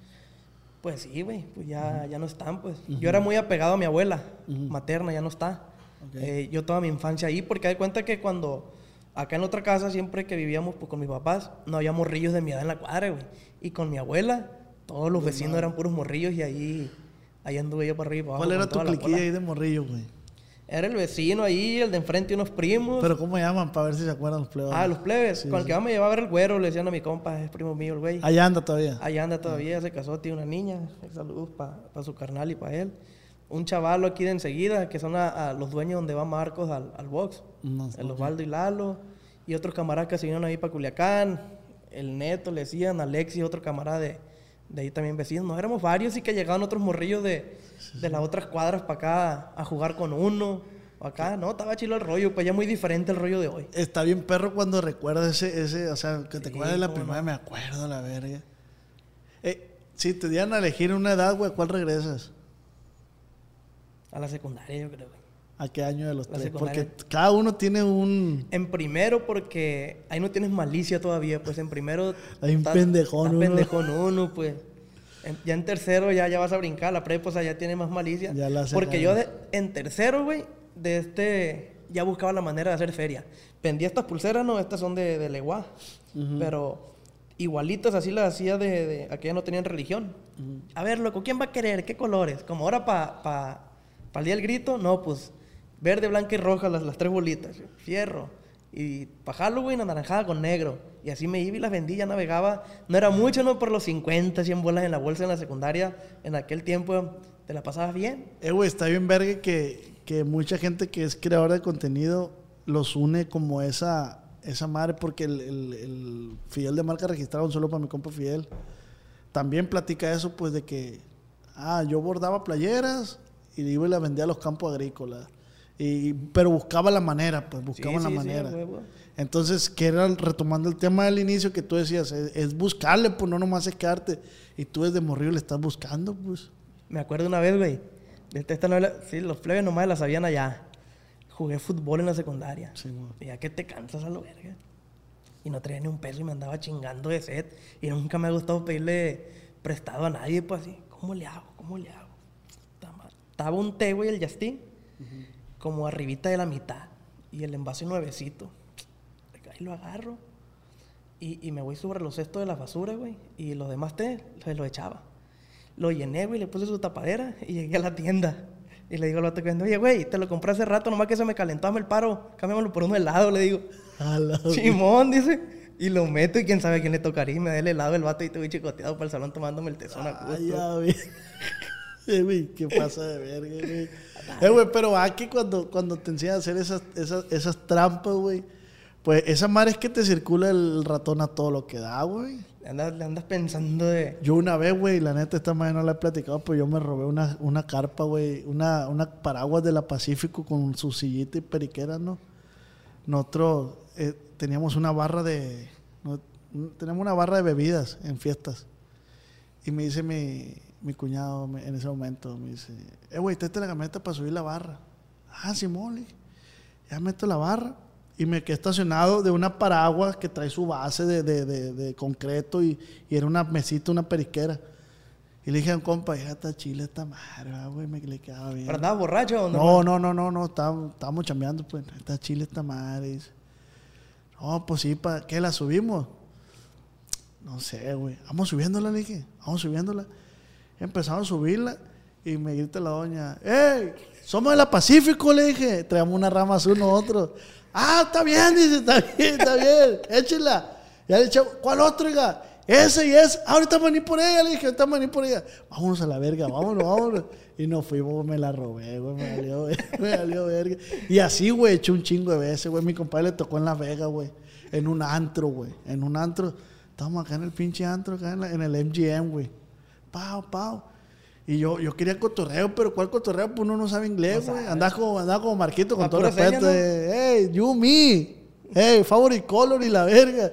Pues sí, güey. Pues ya no están, pues. Yo era muy apegado a mi abuela materna, ya no está. Okay. Yo toda mi infancia ahí, porque hay cuenta que cuando... Acá en otra casa, siempre que vivíamos pues, con mis papás, no había morrillos de mi edad en la cuadra, güey. Y con mi abuela, todos los vecinos eran puros morrillos y ahí anduve yo para arriba y para abajo. ¿Cuál era tu cliquilla ahí de morrillo, güey? Era el vecino ahí, el de enfrente y unos primos. ¿Pero cómo llaman? Para ver si se acuerdan los plebes. Ah, los plebes. Sí, con el que me llevaba a ver el güero, le decían a mi compa, es primo mío el güey. Allá anda todavía. Allá anda todavía, se casó, tiene una niña. Saludos para su carnal y para él. Un chavalo aquí de enseguida, que son a los dueños donde va Marcos al box. No, el Osvaldo y Lalo. Y otros camaradas que se vinieron ahí para Culiacán. El Neto, le decían, Alexis, otro camarada de ahí también vecinos. Nos éramos varios y que llegaban otros morrillos de las otras cuadras para acá a jugar con uno. Acá, no, estaba chido el rollo, pues ya muy diferente el rollo de hoy. Está bien perro cuando recuerdas ese o sea, que te acuerdas de la primaria, me acuerdo, la verga. Si te dieran a elegir una edad, güey, ¿a cuál regresas? A la secundaria, yo creo, güey. ¿A qué año de los tres? Porque cada uno tiene un... En primero, porque ahí no tienes malicia todavía, pues en primero... Hay un pendejón uno. Pendejón uno, pues. Ya en tercero ya vas a brincar, la prepa, o sea, ya tiene más malicia. Ya la porque yo en tercero, güey, ya buscaba la manera de hacer feria. Vendía estas pulseras, no, estas son de Leguá. Pero igualitas así las hacía de aquella no tenían religión. A ver, loco, ¿quién va a querer? ¿Qué colores? Como ahora para el día del grito, no, pues verde, blanca y roja, las tres bolitas. Fierro. Y para Halloween, anaranjada con negro. Y así me iba y las vendía, ya navegaba. No era mucho, ¿no? Por los 50, 100 bolas en la bolsa en la secundaria. En aquel tiempo te la pasabas bien. Güey, está bien verga que mucha gente que es creadora de contenido los une como esa madre, porque el Fidel de marca registrada, un solo para mi compa Fidel, también platica eso, pues de que yo bordaba playeras y iba y las vendía a los campos agrícolas. Pero buscaba la manera, pues buscaba la manera. Sí, entonces, que era retomando el tema del inicio que tú decías, es buscarle, pues no nomás es quedarte. Y tú desde morrillo le estás buscando, pues. Me acuerdo una vez, güey, de esta novela, sí, los plebes nomás la sabían allá. Jugué fútbol en la secundaria. Sí, y ya que te cansas a lo verga. Y no traía ni un peso y me andaba chingando de sed. Y nunca me ha gustado pedirle prestado a nadie, pues así. ¿Cómo le hago? Estaba un té, güey, el Justin, como arribita de la mitad. Y el envase nuevecito. Ahí lo agarro. Y me voy sobre los cestos de la basura, güey. Y los demás té, se los echaba. Lo llené, güey, le puse su tapadera y llegué a la tienda. Y le digo al vato que vende, oye, güey, te lo compré hace rato, nomás que se me calentó, hazme el paro, cámbiamelo por un helado, le digo. Simón, dice. Y lo meto y quién sabe a quién le tocaría. Y me da el helado el vato y estoy chicoteado para el salón tomándome el tesón a gusto. Güey, ¿qué pasa de verga, güey? Güey, pero aquí cuando te enseñan a hacer esas trampas, güey, pues esa madre es que te circula el ratón a todo lo que da, güey. Le andas pensando de... Yo una vez, güey, la neta, esta madre no la he platicado, pero yo me robé una carpa, güey, una paraguas de la Pacífico con su sillita y periquera, ¿no? Nosotros teníamos una barra tenemos una barra de bebidas en fiestas. Y me dice mi cuñado en ese momento, me dice, güey, tráete la camioneta para subir la barra. Simón, ya meto la barra. Y me quedé estacionado de una paraguas que trae su base de concreto y era una mesita, una periquera. Y le dije a un compa, está chile esta madre, güey, me le quedaba bien. ¿Pero andabas borracho o no? No, estábamos chambeando, pues, está chile esta madre. Dice. No, pues sí, ¿para qué la subimos? No sé, güey. Vamos subiéndola, le dije. Vamos subiéndola. Empezamos a subirla y me grita la doña, ¡ey! Somos de la Pacífico, le dije. Traemos una rama azul nosotros. Ah, está bien, dice, está bien. Échenla. Ya le echamos, ¿cuál otro, oiga? Ese y ese. Ahorita vamos a venir por ella, le dije, ahorita vamos a venir por ella. Vámonos a la verga, vámonos. Y nos fuimos, me la robé, güey, me valió verga. Y así, güey, eché un chingo de veces, güey. Mi compadre le tocó en Las Vegas, güey. En un antro, güey. En un antro. Estábamos acá en el pinche antro, acá en el MGM, güey. Pau. Y yo quería cotorreo, pero ¿cuál cotorreo? Pues uno no sabe inglés, güey. Andaba como Marquito, con todo respeto. ¿No? Hey, you, me. Hey, favorite color y la verga.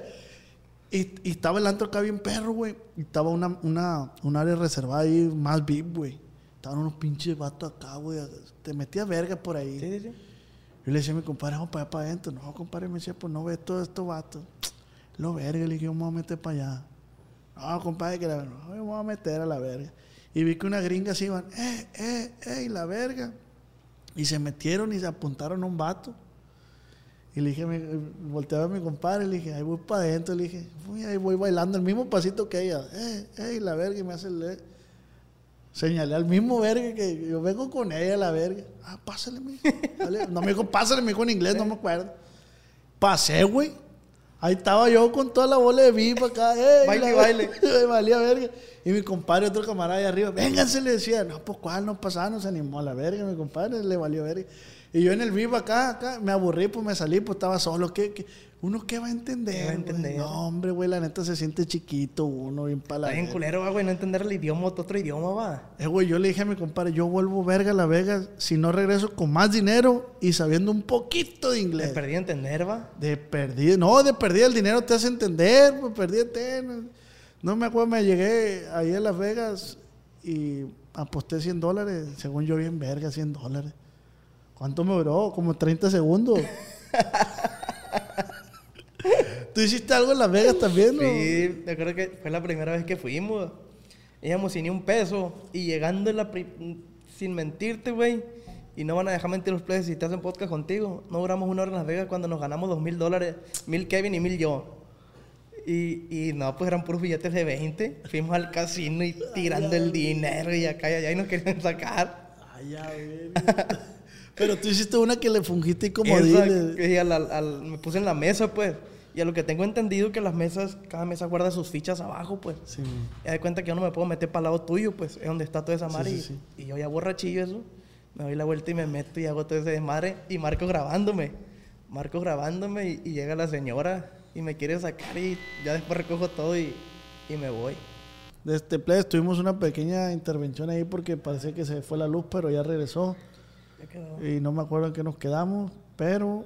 Y estaba el antro acá bien perro, güey. Y estaba un área reservada ahí, más VIP, güey. Estaban unos pinches vatos acá, güey. Te metías verga por ahí. Sí. Yo le decía a mi compadre, vamos para allá para adentro. No, compadre, me decía, pues no ves todos estos vatos. Lo verga, le dije, yo me voy a meter para allá. No, compadre, que no, me voy a meter a la verga. Y vi que unas gringas iban, la verga. Y se metieron y se apuntaron a un vato. Y le dije, volteaba a mi compadre, le dije, ahí voy para adentro. Le dije, ahí voy bailando el mismo pasito que ella. La verga, y me hace el... Señalé al mismo verga que yo vengo con ella, la verga. Ah, pásale, mijo. No me dijo, pásale, me dijo en inglés, no me acuerdo. Pasé, güey. Ahí estaba yo con toda la bola de VIP acá. Baile. Me valía verga. Y mi compadre, otro camarada ahí arriba, vénganse, le decía. No, pues cuál, no pasaba, no se animó a la verga. Mi compadre le valió verga. Y yo en el VIP acá, me aburrí, pues me salí, pues estaba solo. ¿Uno qué va a entender? ¿Qué va a entender? No, hombre, güey, la neta se siente chiquito uno, bien para la Está bien culero, güey, no entender el idioma, otro idioma, va. Güey, yo le dije a mi compadre, yo vuelvo verga a La Vegas si no regreso con más dinero y sabiendo un poquito de inglés. ¿Te perdí a entender, va? De perdida el dinero te hace entender, pues perdíate. No me acuerdo, me llegué ahí a Las Vegas y aposté $100, según yo bien verga, $100. ¿Cuánto me duró? Como 30 segundos. ¿Tú hiciste algo en Las Vegas también, no? Sí, yo creo que fue la primera vez que fuimos. Íbamos sin ni un peso. Y llegando sin mentirte, güey. Y no van a dejar mentir los players si te hacen podcast contigo. No duramos 1 hora en Las Vegas cuando nos ganamos $2,000. 1,000 Kevin y 1,000 yo. Y no, pues eran puros billetes de 20. Fuimos al casino y tirando el dinero y acá y allá y nos querían sacar. Ay, a ver. Pero tú hiciste una que le fungiste como me puse en la mesa, pues. Y a lo que tengo entendido que las mesas, cada mesa guarda sus fichas abajo, pues. Sí. Y de cuenta que yo no me puedo meter para el lado tuyo, pues. Es donde está toda esa madre. Sí. Y yo ya borrachillo eso. Me doy la vuelta y me meto y hago todo ese desmadre. Y Marcos grabándome. Y llega la señora y me quiere sacar y ya después recojo todo y me voy. De este play tuvimos una pequeña intervención ahí porque parece que se fue la luz, pero ya regresó. Ya quedó. Y no me acuerdo en qué nos quedamos, pero...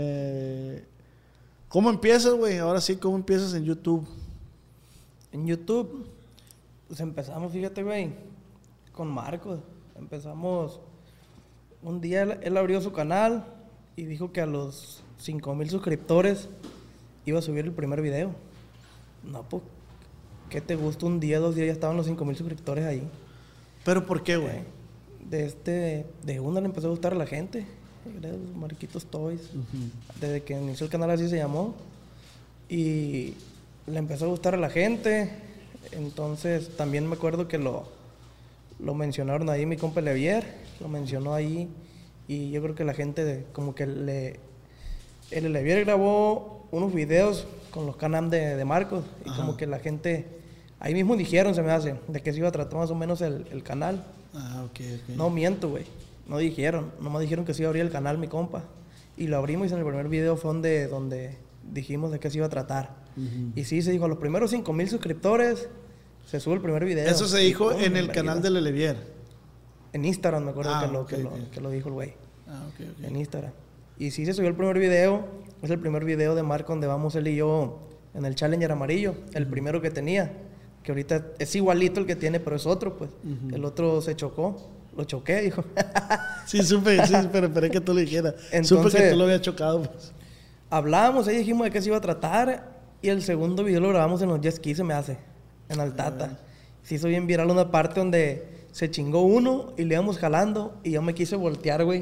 ¿Cómo empiezas, güey? Ahora sí, ¿cómo empiezas en YouTube? En YouTube, pues empezamos, fíjate, güey, con Marcos. Empezamos... Un día él abrió su canal y dijo que a los 5,000 suscriptores iba a subir el primer video. No, pues, ¿qué te gusta? Un día, 2 días ya estaban los 5,000 suscriptores ahí. ¿Pero por qué, güey? De una le empezó a gustar a la gente. Los Marquitos Toys. Desde que inició el canal así se llamó. Y le empezó a gustar a la gente. Entonces también me acuerdo que lo mencionaron ahí, mi compa Levier. Lo mencionó ahí. Y yo creo que la gente como que el Levier grabó unos videos con los canam de Marcos. Y como que la gente ahí mismo dijeron, se me hace, de que se iba a tratar más o menos el canal. Ah, ok. No miento, güey. No dijeron. Nomás dijeron que se iba a abrir el canal, mi compa. Y lo abrimos y en el primer video fue donde dijimos de qué se iba a tratar. Y sí, se dijo, a los primeros 5,000 suscriptores se sube el primer video. Eso se dijo en el canal de Levier. En Instagram, me acuerdo que lo dijo el güey. Ah, ok. En Instagram. Y sí se subió el primer video. Es el primer video de Marco donde vamos él y yo en el Challenger amarillo. El primero que tenía. Que ahorita es igualito el que tiene, pero es otro, pues. El otro se chocó. Lo choqué, dijo. Sí, pero esperé que tú lo dijeras. Entonces, supe que tú lo habías chocado, pues. Hablamos, ahí dijimos de qué se iba a tratar. Y el segundo video lo grabamos en los jet skis, se me hace. En Altata. Se hizo bien viral una parte donde se chingó uno y le íbamos jalando. Y yo me quise voltear, güey,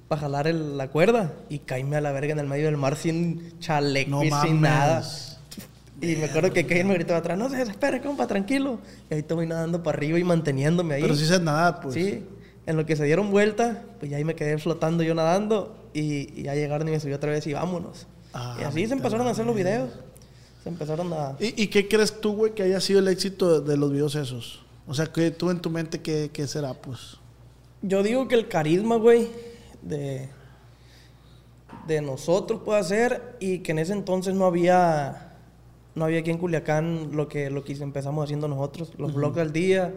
para jalar la cuerda y caíme a la verga en el medio del mar sin chaleco No y mames. sin nada. Y me acuerdo que Kevin me gritaba atrás, no se desespere, compa, tranquilo. Y ahí estoy nadando para arriba y manteniéndome ahí. Pero sí sabes nadar, pues. Sí, en lo que se dieron vuelta, pues ya ahí me quedé flotando yo nadando y ya llegaron y me subió otra vez y vámonos. Y así se empezaron a hacer los videos. Se empezaron a... ¿Y qué crees tú, güey, que haya sido el éxito de los videos esos? O sea, que tú en tu mente, ¿qué será, pues? Yo digo que el carisma, güey, de nosotros puede ser, y que en ese entonces no había aquí en Culiacán lo que empezamos haciendo nosotros, los vlogs al día,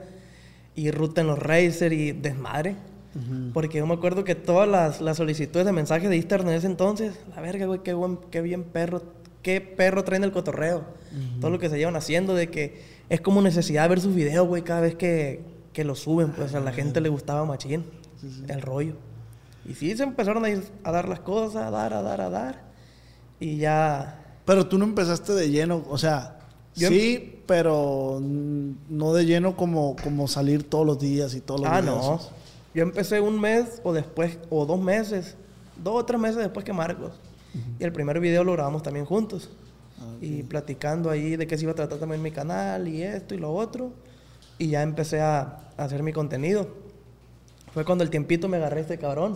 y ruta en los racer y desmadre. Porque yo me acuerdo que todas las solicitudes de mensajes de Instagram en ese entonces, la verga, güey, qué bien perro, qué perro traen el cotorreo. Todo lo que se llevan haciendo, de que es como necesidad de ver sus videos, güey, cada vez que lo suben, pues a la gente le gustaba machín, el rollo. Y sí, se empezaron a dar las cosas, a dar, y ya... Pero tú no empezaste de lleno, o sea, sí, pero no de lleno como salir todos los días y todos los días. No. Yo empecé un mes o después, o 2 meses, 2 o 3 meses después que Marcos. Y el primer video lo grabamos también juntos. Y platicando ahí de qué se iba a tratar también mi canal y esto y lo otro. Y ya empecé a hacer mi contenido. Fue cuando el tiempito me agarré a este cabrón.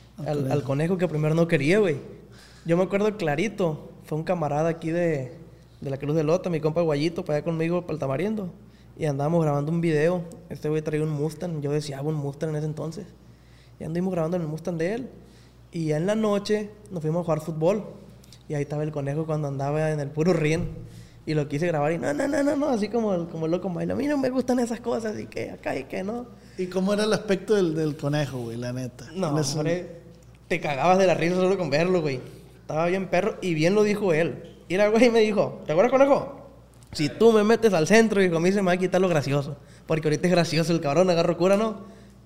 Al conejo que primero no quería, güey. Yo me acuerdo clarito. Fue un camarada aquí de la Cruz de Lota, mi compa Guayito, para allá conmigo, para el Tamarindo. Y andábamos grabando un video. Este güey traía un Mustang. Yo deseaba un Mustang en ese entonces. Y anduvimos grabando en el Mustang de él. Y ya en la noche nos fuimos a jugar fútbol. Y ahí estaba el conejo cuando andaba en el puro ring. Y lo quise grabar y no. Así como el loco baila. A mí no me gustan esas cosas. Y que acá y que no. ¿Y cómo era el aspecto del conejo, güey, la neta? No, hombre, te cagabas de la risa solo con verlo, güey. Estaba bien perro y bien lo dijo él. Y el güey me dijo, ¿te acuerdas, conejo? Si tú me metes al centro, dijo, a mí se me va a quitar lo gracioso. Porque ahorita es gracioso el cabrón, agarro cura, ¿no?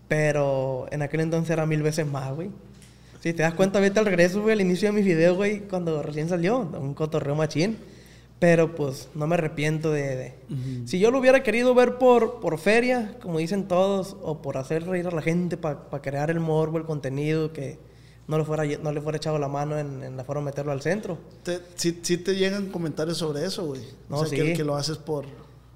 Pero en aquel entonces era 1000 veces más, güey. Si te das cuenta, vete al regreso, güey, al inicio de mis videos, güey, cuando recién salió. Un cotorreo machín. Pero, pues, no me arrepiento de... Si yo lo hubiera querido ver por feria, como dicen todos, o por hacer reír a la gente, para crear el morbo, el contenido, que no le fuera echado la mano en la forma de meterlo al centro. Sí te llegan comentarios sobre eso, güey. No, o sea, sí. que lo haces por...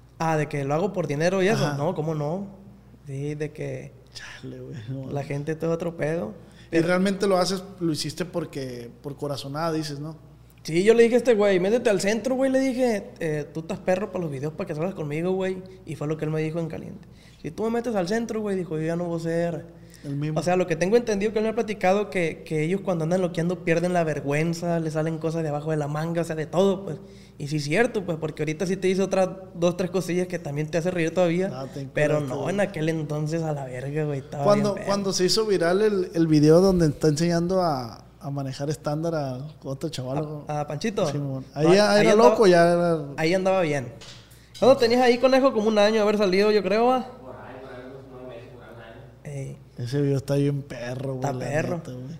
De que lo hago por dinero y eso. Ajá. No, ¿cómo no? Sí, de que Chale, güey. No. la gente todo otro pedo. Y realmente lo hiciste por corazonada, dices, ¿no? Sí, yo le dije a este güey, métete al centro, güey. Le dije, tú estás perro para los videos para que salgas conmigo, güey. Y fue lo que él me dijo en caliente. Si tú me metes al centro, güey, dijo, yo ya no voy a ser... El mismo. O sea, lo que tengo entendido que él me ha platicado que ellos cuando andan loqueando pierden la vergüenza, le salen cosas de abajo de la manga, o sea, de todo, pues. Y sí es cierto, pues, porque ahorita sí te hice otras 2, 3 cosillas que también te hace reír todavía. Pero no, en aquel entonces a la verga, güey. Cuando se hizo viral el video donde está enseñando a manejar estándar a otro chaval. ¿A Panchito? Sí, ahí era andaba, loco, ya era... Ahí andaba bien. ¿Cuándo tenías ahí, conejo? Como un año de haber salido, yo creo, ¿va? Por ahí, unos 9 meses, por ahí, un año. Ey. Ese video está bien perro, güey. Está la perro. neta, güey.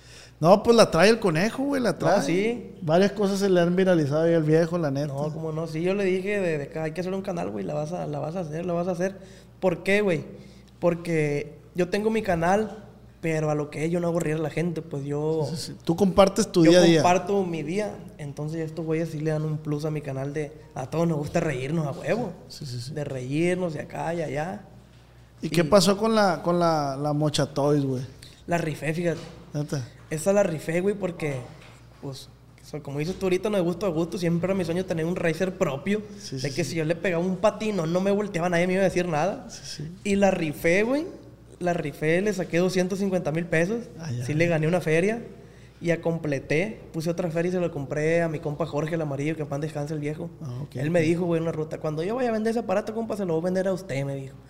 No, pues la trae el conejo, güey, la trae. No, sí. Varias cosas se le han viralizado ahí al viejo, la neta. No, como no. Sí, yo le dije de que hay que hacer un canal, güey. La vas a hacer. ¿Por qué, güey? Porque yo tengo mi canal, pero a lo que es, yo no hago reír a la gente. Pues yo... Sí. Tú compartes tu día a día. Yo comparto mi día. Entonces estos güeyes sí le dan un plus a mi canal de... A todos nos gusta reírnos a huevo. Sí. De reírnos de acá y allá. ¿Y qué pasó con la Mocha Toys, güey? La rifé, fíjate. Neta. Esa la rifé, güey, porque... Pues... como dices tú ahorita, no de gusto a gusto. Siempre era mi sueño tener un racer propio. De que si yo le pegaba un patino, no me volteaba, nadie me iba a decir nada. Sí. Y la rifé, güey. La rifé, le saqué 250,000 pesos. Sí le gané una feria. Y ya completé. Puse otra feria y se lo compré a mi compa Jorge el Amarillo, que en paz descanse el viejo. Okay, Él me dijo, güey, una ruta. Cuando yo vaya a vender ese aparato, compa, se lo voy a vender a usted, me dijo.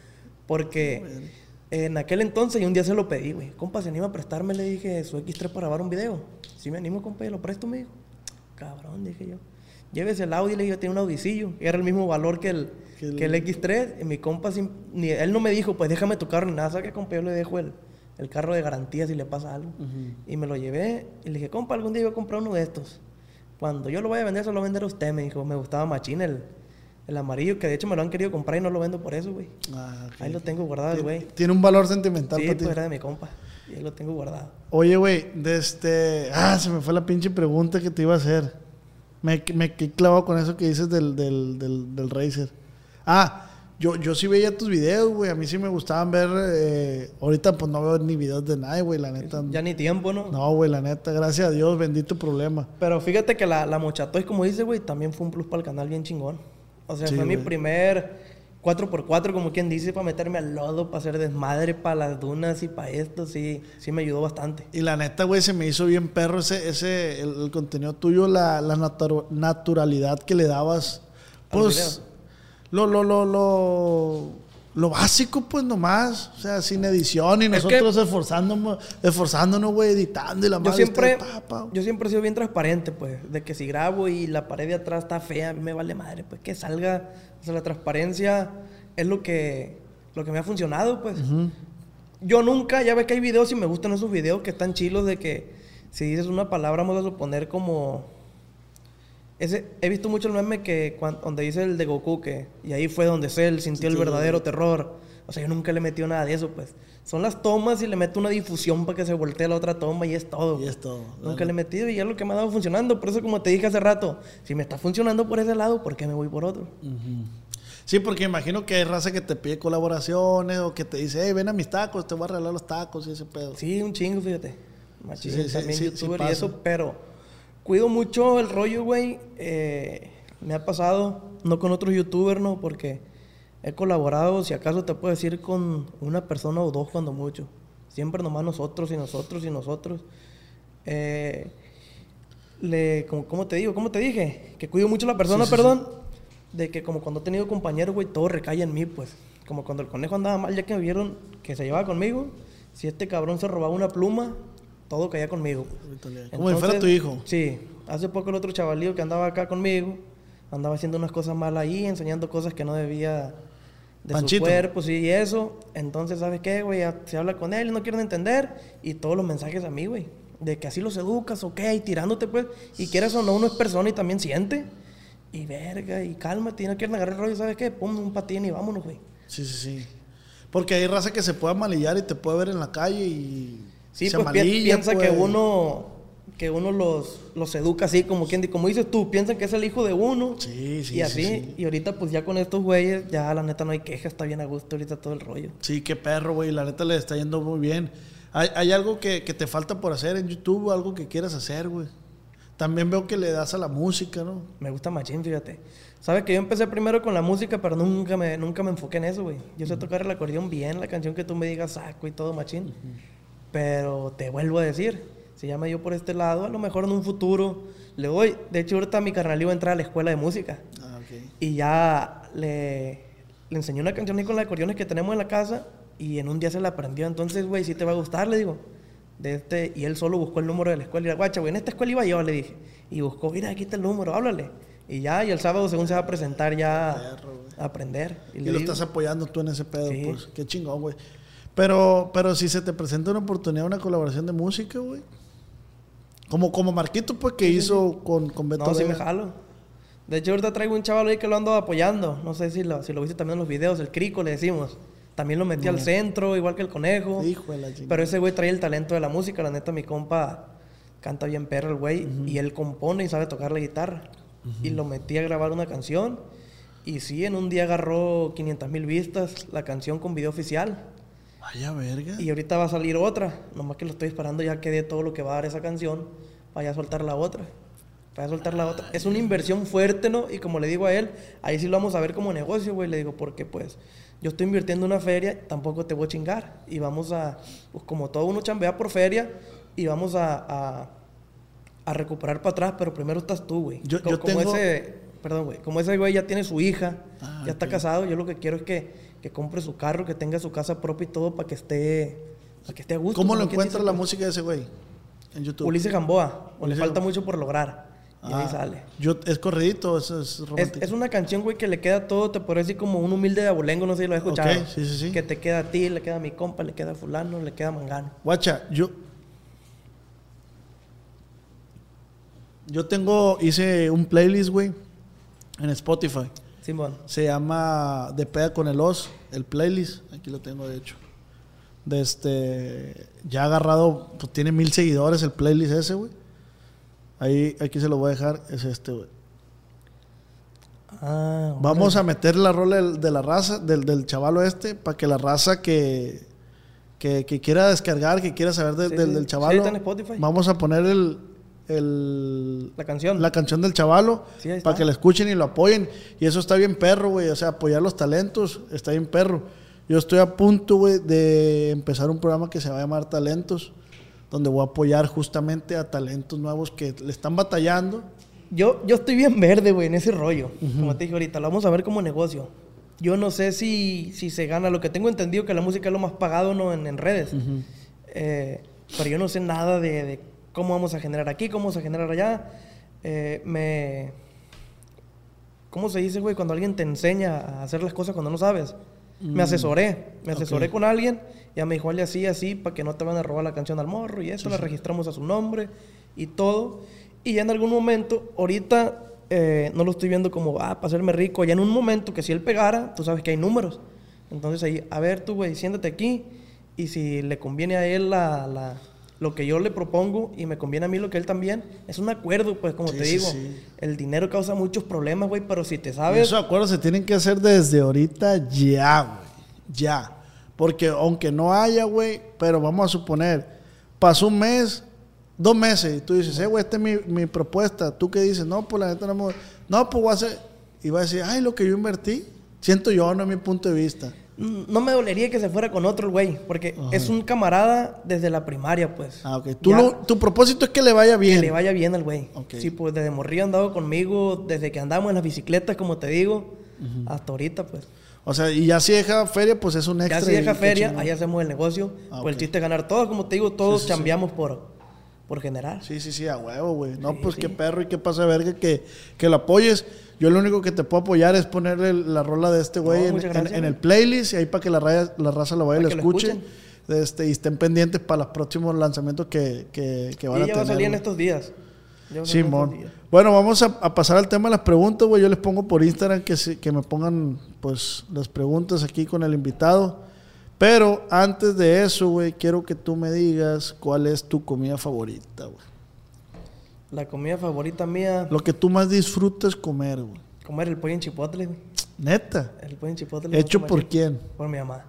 Porque en aquel entonces, y un día se lo pedí, güey. Compa, ¿se anima a prestarme? Le dije, su X3 para grabar un video. Sí me animo, compa, y lo presto, me dijo. Cabrón, dije yo. Llévese el Audi, le dije, tiene un Audicillo. Era el mismo valor que el X3. Y mi compa, él no me dijo, pues déjame tu carro ni nada. ¿Sabes qué, compa? Yo le dejo el carro de garantía si le pasa algo. Y me lo llevé y le dije, compa, algún día voy a comprar uno de estos. Cuando yo lo vaya a vender, se lo voy a vender a usted. Me dijo, me gustaba machín el amarillo, que de hecho me lo han querido comprar y no lo vendo por eso, güey. Okay. Ahí lo tengo guardado, güey. Tiene un valor sentimental sí, para ti. Pues era de mi compa. Y ahí lo tengo guardado. Oye, güey, se me fue la pinche pregunta que te iba a hacer. Me quedé clavado con eso que dices del Razer. Yo sí veía tus videos, güey. A mí sí me gustaban ver. Ahorita pues no veo ni videos de nadie, güey, la neta. Ya ni tiempo, ¿no? No, güey, la neta, gracias a Dios, bendito problema. Pero fíjate que la Mochatoy, como dice, güey, también fue un plus para el canal bien chingón. O sea, Sí, fue mi güey. primer 4x4, como quien dice, para meterme al lodo, para hacer desmadre, para las dunas y para esto. Sí me ayudó bastante. Y la neta, güey, se me hizo bien perro el contenido tuyo, la naturalidad que le dabas. ¿A los Pues, lo básico, pues, nomás. O sea, sin edición y Es nosotros esforzándonos, güey, editando y la Yo madre siempre, está, yo siempre he sido bien transparente, pues, de que si grabo y la pared de atrás está fea, a mí me vale madre, pues, que salga. O sea, la transparencia es lo que me ha funcionado, pues. Yo nunca, ya ves que hay videos y me gustan esos videos que están chilos de que si dices una palabra, vamos a suponer como... he visto mucho el meme donde dice el de Goku, y ahí fue donde Cell sintió el verdadero terror. O sea, yo nunca le he metido nada de eso, pues. Son las tomas y le meto una difusión para que se voltee la otra toma y es todo. Y pues. es todo. Nunca le he metido y es lo que me ha dado funcionando. Por eso, como te dije hace rato, si me está funcionando por ese lado, ¿por qué me voy por otro? Sí, porque imagino que hay raza que te pide colaboraciones o que te dice, hey, ven a mis tacos, te voy a arreglar los tacos y ese pedo. Sí, un chingo, fíjate. Machín, Sí, también sí, youtuber pasa. y eso, pero cuido mucho el rollo, güey. Me ha pasado, no con otros youtubers, no, porque he colaborado, si acaso te puedo decir, con una persona o dos cuando mucho. Siempre nomás nosotros y nosotros y nosotros. ¿Cómo te digo? ¿Cómo te dije? Que cuido mucho a la persona, Sí, sí, perdón. De que como cuando he tenido compañeros, güey, todo recae en mí, pues. Como cuando el conejo andaba mal, ya que me vieron que se llevaba conmigo. Si este cabrón se robaba una pluma, todo caía conmigo. Como si fuera tu hijo. Sí. Hace poco el otro chavalío que andaba acá conmigo, andaba haciendo unas cosas malas ahí, enseñando cosas que no debía de Panchito. su cuerpo, sí, y eso. Entonces, ¿sabes qué, güey? Se habla con él y no quieren entender. Y todos los mensajes a mí, güey. De que así los educas, ok, tirándote, pues. Y quieras o no, uno es persona y también siente. Y verga, y cálmate, y no quieren agarrar el rollo, ¿sabes qué? Pum, un patín y vámonos, güey. Sí. Porque hay raza que se puede amalillar y te puede ver en la calle y Sí, se pues amalilla, piensa pues. que uno los educa así, como dices tú, piensan que es el hijo de uno. Sí, Y así, sí. y ahorita pues ya con estos güeyes, ya la neta no hay queja, está bien a gusto ahorita todo el rollo. Sí, qué perro, güey. La neta le está yendo muy bien. ¿Hay algo que te falta por hacer en YouTube? ¿Algo que quieras hacer, güey? También veo que le das a la música, ¿no? Me gusta machín, fíjate. Sabes que yo empecé primero con la música, pero nunca me enfoqué en eso, güey. Yo sé tocar el acordeón bien, la canción que tú me digas saco y todo machín. Pero te vuelvo a decir, si ya me dio por este lado, a lo mejor en un futuro le doy. De hecho, ahorita mi carnal iba a entrar a la escuela de música. Ok. Y ya le enseñé una canción ahí con los acordeones que tenemos en la casa y en un día se la aprendió. Entonces, güey, si te va a gustar, le digo. Y él solo buscó el número de la escuela y la guacha, güey, en esta escuela iba yo, le dije. Y buscó, mira, aquí está el número, háblale. Y el sábado según se va a presentar ya a aprender. Y le lo digo, estás apoyando tú en ese pedo, Sí. pues. Qué chingón, güey. Pero si se te presenta una oportunidad, una colaboración de música, güey. Como Marquito, pues, que hizo con Beto no, sí me Vega. jalo. De hecho, ahorita traigo un chaval ahí que lo ando apoyando. No sé si lo viste también en los videos, el Crico le decimos. También lo metí al centro, igual que el conejo. Hijo de la chingada. Pero ese güey trae el talento de la música. La neta, mi compa canta bien perro el güey. Y él compone y sabe tocar la guitarra. Y lo metí a grabar una canción. Y sí, en un día agarró 500,000 vistas la canción con video oficial. Vaya verga. Y ahorita va a salir otra. Nomás que lo estoy esperando ya que dé todo lo que va a dar esa canción. Para ya soltar la otra. Es una inversión fuerte, ¿no? Y como le digo a él, ahí sí lo vamos a ver como negocio, güey. Le digo, porque pues yo estoy invirtiendo en una feria, tampoco te voy a chingar. Y vamos pues como todo uno chambea por feria, y vamos a recuperar para atrás, pero primero estás tú, güey. Yo tengo... Perdón, güey. Como ese güey ya tiene su hija, ya está ok. casado, yo lo que quiero es que compre su carro, que tenga su casa propia y todo para que esté a gusto. ¿Cómo lo como quien encuentra dice, la pues. música de ese güey? En YouTube. Ulises Gamboa, o le Ulises falta Gamboa. mucho por lograr. Y ahí sale. ¿Es corridito? ¿Es romántico? Es una canción, güey, que le queda todo, te podría decir como un humilde de abolengo, no sé si lo has escuchado. Ok, sí. Que te queda a ti, le queda a mi compa, le queda a fulano, le queda a mangano. Guacha, yo hice un playlist, güey, en Spotify. Simón. Se llama De Peda con el Oz, el playlist. Aquí lo tengo, de hecho. Ya ha agarrado, pues tiene 1000 seguidores el playlist ese, güey. Ahí, aquí se lo voy a dejar, es güey. Vamos a meter la rola de la raza, del chavalo para que la raza que quiera descargar, que quiera saber del chavalo. Sí, está en Spotify. Vamos a poner la canción del chavalo para que la escuchen y lo apoyen. Y eso está bien perro, güey. O sea, apoyar los talentos está bien perro. Yo estoy a punto, güey, de empezar un programa que se va a llamar Talentos, donde voy a apoyar justamente a talentos nuevos que le están batallando. Yo estoy bien verde, güey, en ese rollo. Como te dije ahorita, lo vamos a ver como negocio. Yo no sé si se gana. Lo que tengo entendido que la música es lo más pagado, ¿no? en redes. Pero yo no sé nada de cómo vamos a generar aquí, cómo vamos a generar allá. ¿Cómo se dice, güey? Cuando alguien te enseña a hacer las cosas cuando no sabes. Me asesoré con alguien. Ya me dijo, así, para que no te van a robar la canción al morro. Y eso la registramos a su nombre y todo. Y ya en algún momento, ahorita no lo estoy viendo como, para hacerme rico. Ya en un momento que si él pegara, tú sabes que hay números. Entonces ahí, a ver tú, güey, siéntate aquí. Y si le conviene a él lo que yo le propongo y me conviene a mí lo que él también, es un acuerdo, pues, como te digo. El dinero causa muchos problemas, güey, pero si te sabes... Esos acuerdos se tienen que hacer desde ahorita ya, güey. Ya. Porque aunque no haya, güey, pero vamos a suponer, pasó un mes, 2 meses, y tú dices, güey, esta es mi propuesta. ¿Tú qué dices? No, pues la neta no pues voy a hacer... Y va a decir, lo que yo invertí, siento yo, no es mi punto de vista. No me dolería que se fuera con otro el güey, porque es un camarada desde la primaria, pues. Ok. Tu propósito es que le vaya bien. Que le vaya bien al güey. Okay. Sí, pues desde morrillo ha andado conmigo, desde que andamos en las bicicletas, como te digo, hasta ahorita, pues. O sea, y ya si deja feria, pues es un extra. Ya si deja feria, ahí hacemos el negocio. Pues el chiste es ganar todo, como te digo, todos chambeamos por generar. Sí, a huevo, güey. No, pues qué perro y qué pasa de verga que lo apoyes. Yo lo único que te puedo apoyar es ponerle la rola de este güey en el playlist y ahí para que la raza lo vaya y lo escuche. Y estén pendientes para los próximos lanzamientos que van a tener. Y ya va a salir en estos días. Simón. Bueno, vamos a pasar al tema de las preguntas, güey. Yo les pongo por Instagram que me pongan, pues, las preguntas aquí con el invitado. Pero antes de eso, güey, quiero que tú me digas cuál es tu comida favorita, güey. La comida favorita mía... Lo que tú más disfrutas comer, güey. Comer el pollo en chipotle, güey. ¿Neta? El pollo en chipotle. ¿Hecho por quién? Por mi mamá.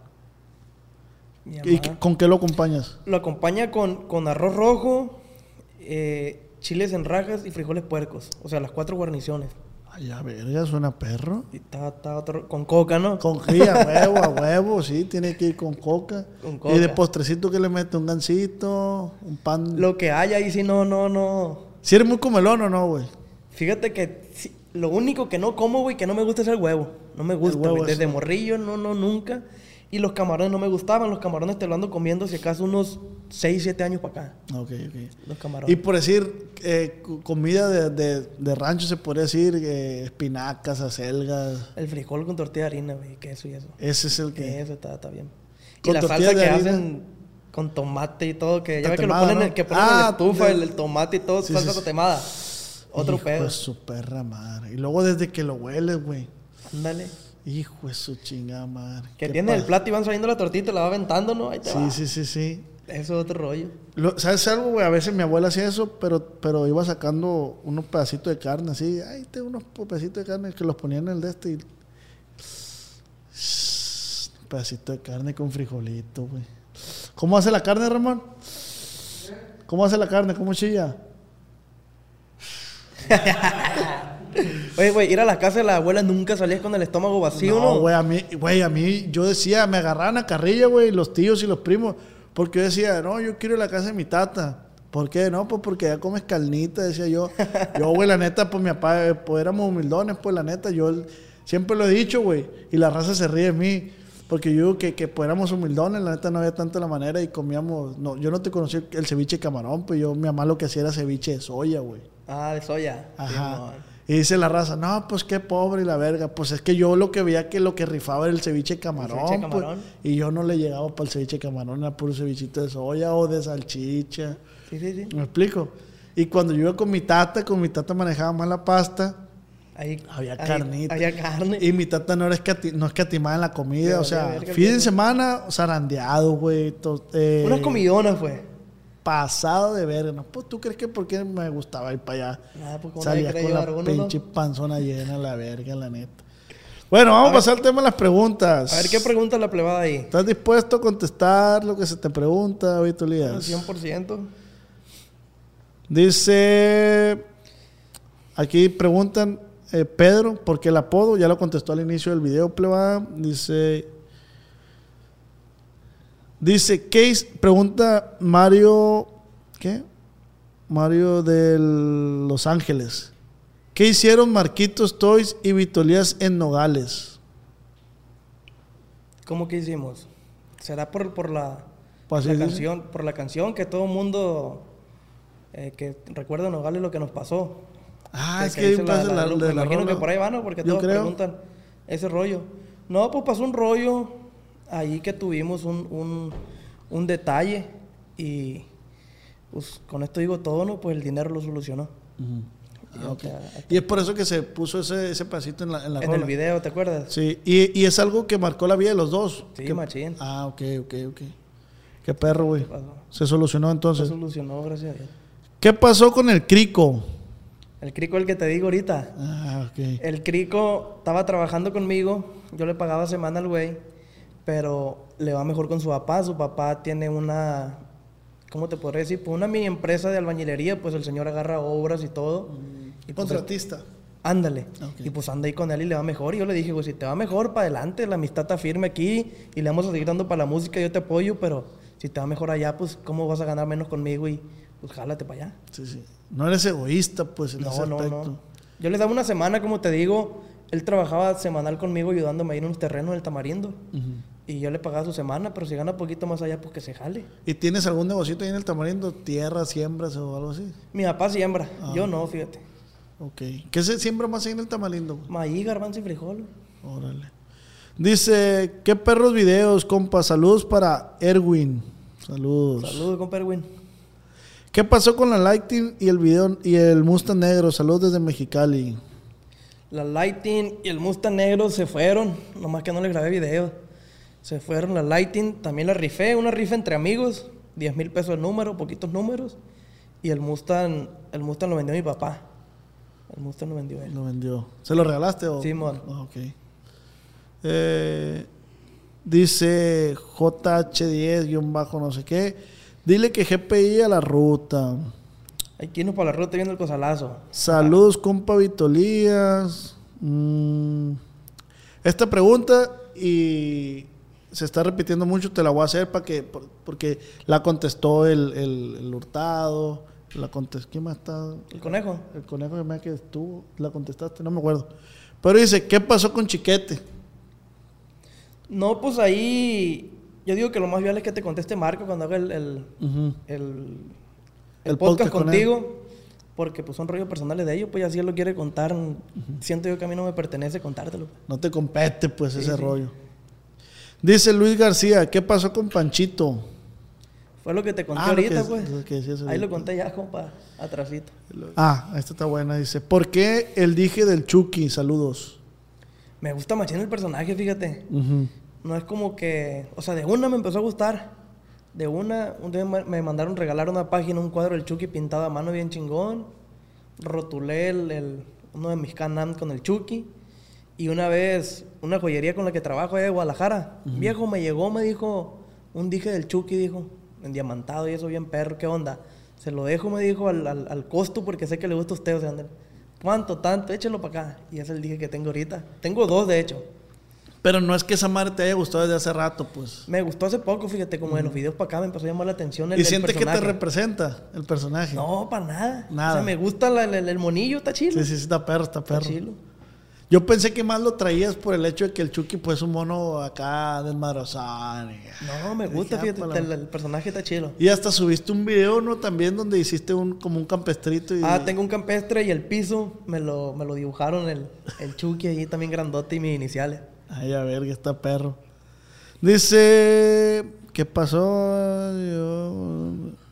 ¿Y con qué lo acompañas? Lo acompaña con arroz rojo, chiles en rajas y frijoles puercos. O sea, las 4 guarniciones. Ay, a verga, suena perro. Y está otro... Con coca, ¿no? Con a huevo, sí. Tiene que ir con coca. Con coca. Y de postrecito, que le mete? Un gansito, un pan... Lo que haya ahí, sí, no... ¿Si eres muy comelón o no, güey? Fíjate que lo único que no como, güey, que no me gusta es el huevo. No me gusta, güey. Desde morrillo, no, nunca. Y los camarones no me gustaban. Los camarones te lo ando comiendo si acaso unos 6, 7 años para acá. Ok. Los camarones. Y por decir, comida de rancho se podría decir, espinacas, acelgas. El frijol con tortilla de harina, güey, queso y eso. Ese es el que... Eso está bien. Y la salsa que hacen... Con tomate y todo, que ya ves que lo ponen, ¿no? En la estufa, el tomate y todo, salsa tatemada. Otro pedo. Hijo de su perra madre. Y luego desde que lo hueles, güey. Ándale. Hijo de su chingada madre. Que tiene el plato y van saliendo la tortita y la va aventando, ¿no? Ahí te va. Sí. Eso es otro rollo. ¿Sabes algo, güey? A veces mi abuela hacía eso, pero iba sacando unos pedacitos de carne así. Ay, tengo unos pedacitos de carne que los ponían en el de este y... Un pedacito de carne con frijolito, güey. ¿Cómo hace la carne, Ramón? ¿Cómo hace la carne? ¿Cómo chilla? Oye, güey, ir a la casa de la abuela nunca salías con el estómago vacío, ¿no? No, güey, a mí, yo decía, me agarraban a carrilla, güey, los tíos y los primos, porque yo decía, no, yo quiero ir a la casa de mi tata. ¿Por qué? No, pues porque ya comes carnita, decía yo. Yo, güey, la neta, pues mi papá, pues éramos humildones, pues la neta, yo siempre lo he dicho, güey, y la raza se ríe de mí. Porque yo digo que pues éramos humildones, la neta no había tanta la manera y comíamos... No, yo no te conocí el ceviche de camarón, pues mi mamá lo que hacía era ceviche de soya, güey. Ah, de soya. Ajá. Sí, y dice la raza, no, pues qué pobre y la verga. Pues es que yo lo que veía que lo que rifaba era el ceviche de camarón. ¿El ceviche de camarón? Pues, y yo no le llegaba para el ceviche de camarón, era puro cevichito de soya o de salchicha. Sí. ¿Me explico? Y cuando yo iba con mi tata manejaba más la pasta... Había carnita. Había carne. Y mi tata no escatimaba en la comida. Sí, o sea, verga, fin de güey. semana, zarandeado, güey. Unas comidonas, fue. Pasado de verga. No, pues tú crees que porque me gustaba ir para allá. Nada, pues como Salía nadie quiere con la llevar uno, pinche ¿no? panzona llena, la verga, la neta. Bueno, vamos a pasar al tema de las preguntas. A ver, ¿qué pregunta la plebada ahí? ¿Estás dispuesto a contestar lo que se te pregunta, Vito Elías? 100%. Dice, aquí preguntan, Pedro, ¿por qué el apodo? Ya lo contestó al inicio del video, plebada. Dice, pregunta Mario, ¿qué? Mario de Los Ángeles. ¿Qué hicieron Marquitos Toys y Vito Elías en Nogales? ¿Cómo que hicimos? ¿Será por la Pues la así dice. canción, por la canción que todo el mundo que recuerda en Nogales lo que nos pasó? Ah, es Que que dice pasa la de me la imagino rola. que por ahí van, ¿no? Porque Yo todos creo. preguntan ese rollo. No, pues pasó un rollo ahí que tuvimos un detalle y pues con esto digo todo, ¿no? Pues el dinero lo solucionó. Ah, ok. Y es por eso que se puso ese pedacito en la En rola. el video, ¿te acuerdas? Sí, y es algo que marcó la vida de los dos. Sí, Que- machín. Ah, ok. Qué perro, güey. pasó? Se solucionó Se entonces. solucionó, gracias a Dios. ¿Qué pasó con el Crico? El crico el que te digo ahorita. Ah, ok. El crico estaba trabajando conmigo, yo le pagaba semana al güey, pero le va mejor con su papá. Su papá tiene una, ¿cómo te podría decir? Pues una mini empresa de albañilería, pues el señor agarra obras y todo. Y pues, Contratista. ándale. Ok. Y pues anda ahí con él y le va mejor. Y yo le dije, güey, si te va mejor, para adelante, la amistad está firme aquí y le vamos a seguir dando para la música, yo te apoyo, pero si te va mejor allá, pues ¿cómo vas a ganar menos conmigo? Y pues jálate para allá. Sí. No eres egoísta, pues, en ese No. aspecto. Yo les daba una semana, como te digo. Él trabajaba semanal conmigo ayudándome a ir a unos terrenos del Tamarindo. Y yo le pagaba su semana, pero si gana poquito más allá, pues que se jale. ¿Y tienes algún negocito ahí en el Tamarindo? ¿Tierra, siembras o algo así? Mi papá siembra, yo no, fíjate. Ok. ¿Qué se siembra más ahí en el Tamarindo? Maíz, garbanzo y frijol. Órale. Dice, ¿qué perros videos, compa? Saludos para Erwin. Saludos. Saludos, compa Erwin. ¿Qué pasó con la Lighting y el video y el Mustang negro? Saludos desde Mexicali. La Lighting y el Mustang negro se fueron, nomás que no les grabé video. Se fueron la Lighting, también la rifé, una rifa entre amigos, 10,000 pesos el número, poquitos números. Y el Mustang lo vendió mi papá. El Mustang lo vendió él. Lo vendió. ¿Se lo regalaste o? Sí, mon. Ah, ok. Dice JH10- no sé qué. Dile que GPI a la ruta. Hay que irnos para la ruta viendo el cosalazo. Saludos, compa Vito Elías. Esta pregunta y se está repitiendo mucho, te la voy a hacer porque la contestó el Hurtado. ¿Quién más está? ¿El conejo? El conejo que me que tú la contestaste, no me acuerdo. Pero dice, ¿qué pasó con Chiquete? No, pues ahí... Yo digo que lo más viable es que te conteste Marco cuando haga el podcast con contigo. Porque pues son rollos personales de ellos, pues así él lo quiere contar. Siento yo que a mí no me pertenece contártelo. No te compete, pues, ese sí. rollo. Dice Luis García, ¿qué pasó con Panchito? Fue lo que te conté Ah, lo ahorita, que- pues. lo que decías Ahí ahorita. lo conté ya, compa, atrasito. Esta está buena, dice. ¿Por qué el dije del Chucky? Saludos. Me gusta machín el personaje, fíjate. No es como que... O sea, de una me empezó a gustar. De una... Un día me mandaron regalar una página, un cuadro del Chucky pintado a mano bien chingón. Rotulé uno de mis Can-Am con el Chucky. Y una vez, una joyería con la que trabajo allá de Guadalajara. Viejo, me llegó, me dijo... Un dije del Chucky, dijo. En diamantado y eso bien perro. ¿Qué onda? Se lo dejo, me dijo, al costo porque sé que le gusta a usted. O sea, ¿cuánto? Tanto. Échelo para acá. Y ese es el dije que tengo ahorita. Tengo dos, de hecho. Pero no es que esa madre te haya gustado desde hace rato, pues. Me gustó hace poco, fíjate, como en los videos para acá me empezó a llamar la atención el ¿Y sientes que te personaje. representa el personaje? No, para nada. Nada. O sea, me gusta el monillo, está chido. Sí, está perro, está perro. Está chilo. Yo pensé que más lo traías por el hecho de que el Chucky, pues, es un mono acá desmadrozado. No, me gusta, Dije, fíjate, el personaje está chido. Y hasta subiste un video, ¿no? También donde hiciste como un campestrito. Y... Tengo un campestre y el piso me lo dibujaron el Chucky ahí también grandote y mis iniciales. Ay, a ver, que está perro. Dice, ¿qué pasó?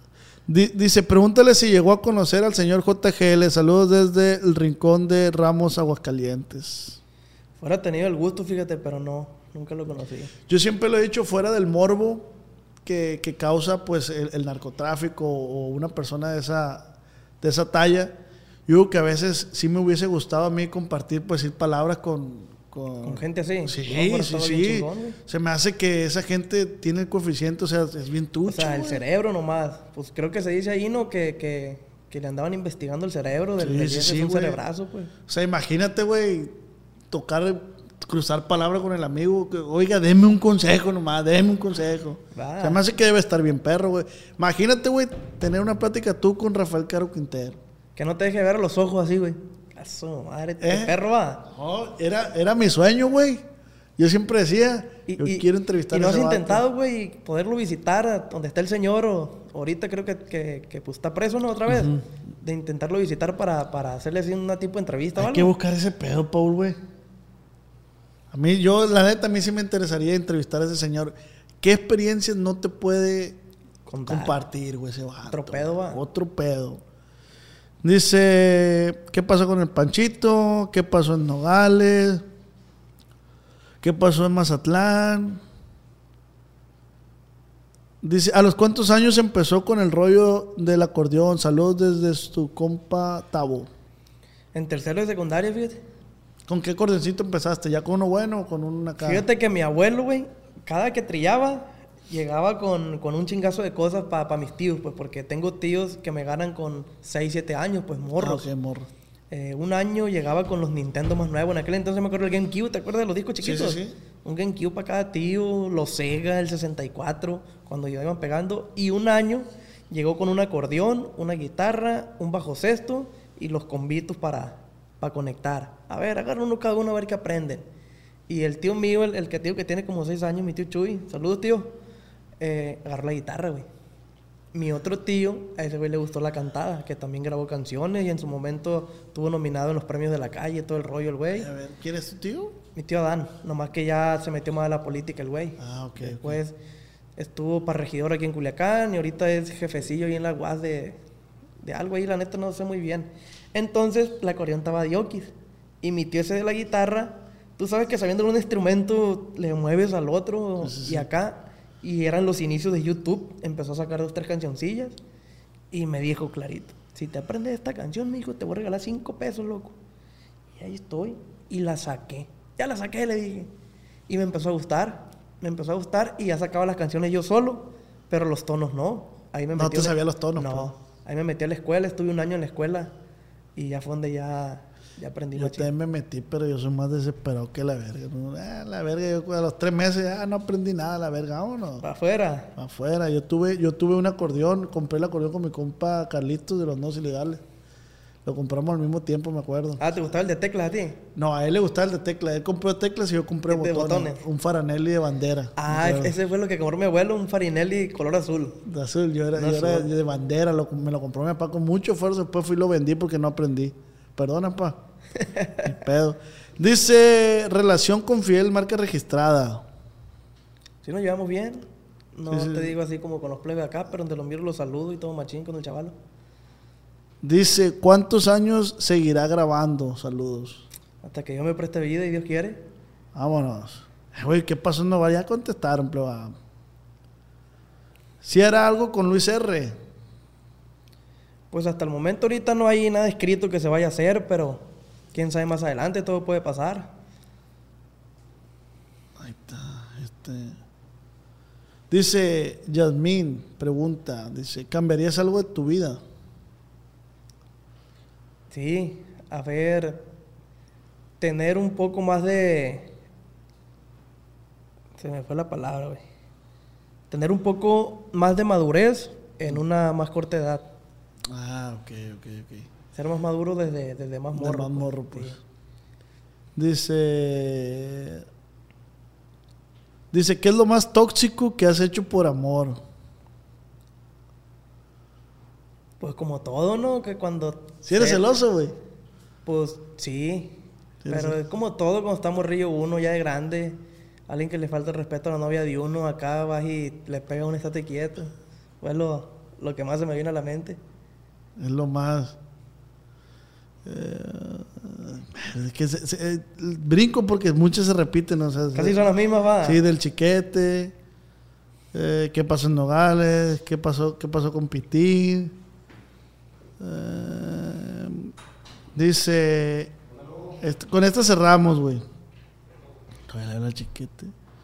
Dice, pregúntale si llegó a conocer al señor JGL. Saludos desde el rincón de Ramos, Aguascalientes. Fuera tenido el gusto, fíjate, pero no, nunca lo conocí. Yo siempre lo he dicho, fuera del morbo que causa pues el narcotráfico o una persona de esa talla, yo digo que a veces sí me hubiese gustado a mí compartir, pues, decir palabras con gente así. Sí, No, sí, bien sí. chingón, güey. Se me hace que esa gente tiene el coeficiente, o sea, es bien O tucho. sea, el güey. cerebro nomás. Pues creo que se dice ahí, ¿no? Que le andaban investigando el cerebro del Sí, sí, es sí, un güey. cerebrazo, pues. O sea, imagínate, güey, cruzar palabras con el amigo. Oiga, deme un consejo nomás, deme un consejo. Va. Se me hace que debe estar bien perro, güey. Imagínate, güey, tener una plática tú con Rafael Caro Quintero. Que no te deje ver a los ojos así, güey. A su madre, ¿qué perro va? No, era mi sueño, güey. Yo siempre decía, yo quiero entrevistar ¿Y no a has ese vato. intentado, güey, poderlo visitar a donde está el señor? O ahorita creo que pues, está preso, ¿no? Otra vez. De intentarlo visitar para hacerle así una tipo de entrevista o Hay algo. que buscar ese pedo, Paul, güey. A mí, la neta, a mí sí me interesaría entrevistar a ese señor. ¿Qué experiencias no te puede Contar. compartir, güey, ese vato? Otro pedo, va. Otro pedo. Dice, ¿qué pasó con el Panchito? ¿Qué pasó en Nogales? ¿Qué pasó en Mazatlán? Dice, ¿a los cuántos años empezó con el rollo del acordeón? Saludos desde tu compa Tabo. En tercero de secundaria, fíjate. ¿Con qué acordeoncito empezaste? ¿Ya con uno bueno o con una acá? Fíjate que mi abuelo, güey, cada que trillaba, llegaba con un chingazo de cosas para mis tíos, pues, porque tengo tíos que me ganan con 6, 7 años, pues, morros. Ah, ok, morro. Un año llegaba con los Nintendo más nuevos. En aquel entonces me acuerdo del GameCube, ¿te acuerdas de los discos chiquitos? Sí. Un GameCube para cada tío, los Sega, el 64, cuando ya iban pegando. Y un año llegó con un acordeón, una guitarra, un bajo sexto y los combitos para conectar. A ver, agarra uno cada uno a ver qué aprenden. Y el tío mío, el tío que tiene como 6 años, mi tío Chuy, saludos tío, agarró la guitarra, güey. Mi otro tío, a ese güey le gustó la cantada, que también grabó canciones y en su momento estuvo nominado en los premios de la calle, todo el rollo el güey. A ver, ¿quién es tu tío? Mi tío Adán, nomás que ya se metió más a la política el güey. Ah, ok. Después estuvo para regidor aquí en Culiacán y ahorita es jefecillo ahí en la UAS de algo ahí, la neta no sé muy bien. Entonces la acordeón estaba de Oquis y mi tío ese de la guitarra, tú sabes que sabiendo un instrumento le mueves al otro Sí. y acá. Y eran los inicios de YouTube. Empezó a sacar 2, 3 cancioncillas. Y me dijo clarito, si te aprendes esta canción, mijo, te voy a regalar 5 pesos, loco. Y ahí estoy. Y la saqué. Ya la saqué, le dije. Y me empezó a gustar. Y ya sacaba las canciones yo solo. Pero los tonos no. Ahí me No metí te sabía los tonos, No. pues. Ahí me metí a la escuela. Estuve 1 año en la escuela. Y ya fue donde ya aprendí Yo machín. también me metí, pero yo soy más desesperado que la verga. ¿No? La verga, yo a los 3 meses ya no aprendí nada, la verga, vámonos. Para afuera. Afuera, yo tuve un acordeón, compré el acordeón con mi compa Carlitos de los Nodos Ilegales. Lo compramos al mismo tiempo, me acuerdo. Ah, ¿te gustaba el de teclas a ti? No, a él le gustaba el de teclas. Él compró teclas y yo compré El de botones. botones. Un Faranelli de bandera. Ah, me acuerdo. ese fue lo que compró mi abuelo, un Farinelli color azul. De azul, yo era azul. de bandera, me lo compró mi papá con mucho esfuerzo. Después fui y lo vendí porque no aprendí. Perdona, pa. Ni pedo. Dice, relación con Fidel, marca registrada. Si nos llevamos bien, no Sí, sí. te digo así como con los plebes acá, pero donde los miro los saludo y todo machín con el chavalo. Dice, ¿cuántos años seguirá grabando? Saludos. Hasta que yo me preste vida y Dios quiere. Vámonos. Güey, ¿qué pasó en Nova? Ya contestaron, pleba. Si era algo con Luis R. Pues hasta el momento ahorita no hay nada escrito que se vaya a hacer, pero quién sabe más adelante, todo puede pasar. Ahí está. Dice Yasmín, pregunta, dice, ¿cambiarías algo de tu vida? Sí, a ver, tener un poco más de... Se me fue la palabra, güey. Tener un poco más de madurez en una más corta edad. Ah, ok. Ser más maduro desde más De morro. más morro, pues. Sí. Dice, ¿qué es lo más tóxico que has hecho por amor? Pues como todo, ¿no? Que cuando... Si eres celoso, güey. Pues sí. Sí, Pero sí. es como todo cuando está morrillo uno ya de grande. Alguien que le falta el respeto a la novia de uno, acá vas y le pega un estate quieto. Pues lo que más se me viene a la mente. Es lo más... es que brinco porque muchas se repiten, o sea, Casi son las mismas, va. sí, del Chiquete, qué pasó en Nogales, qué pasó con Pitín, dice, con esta cerramos, güey. Todavía la Chiquete.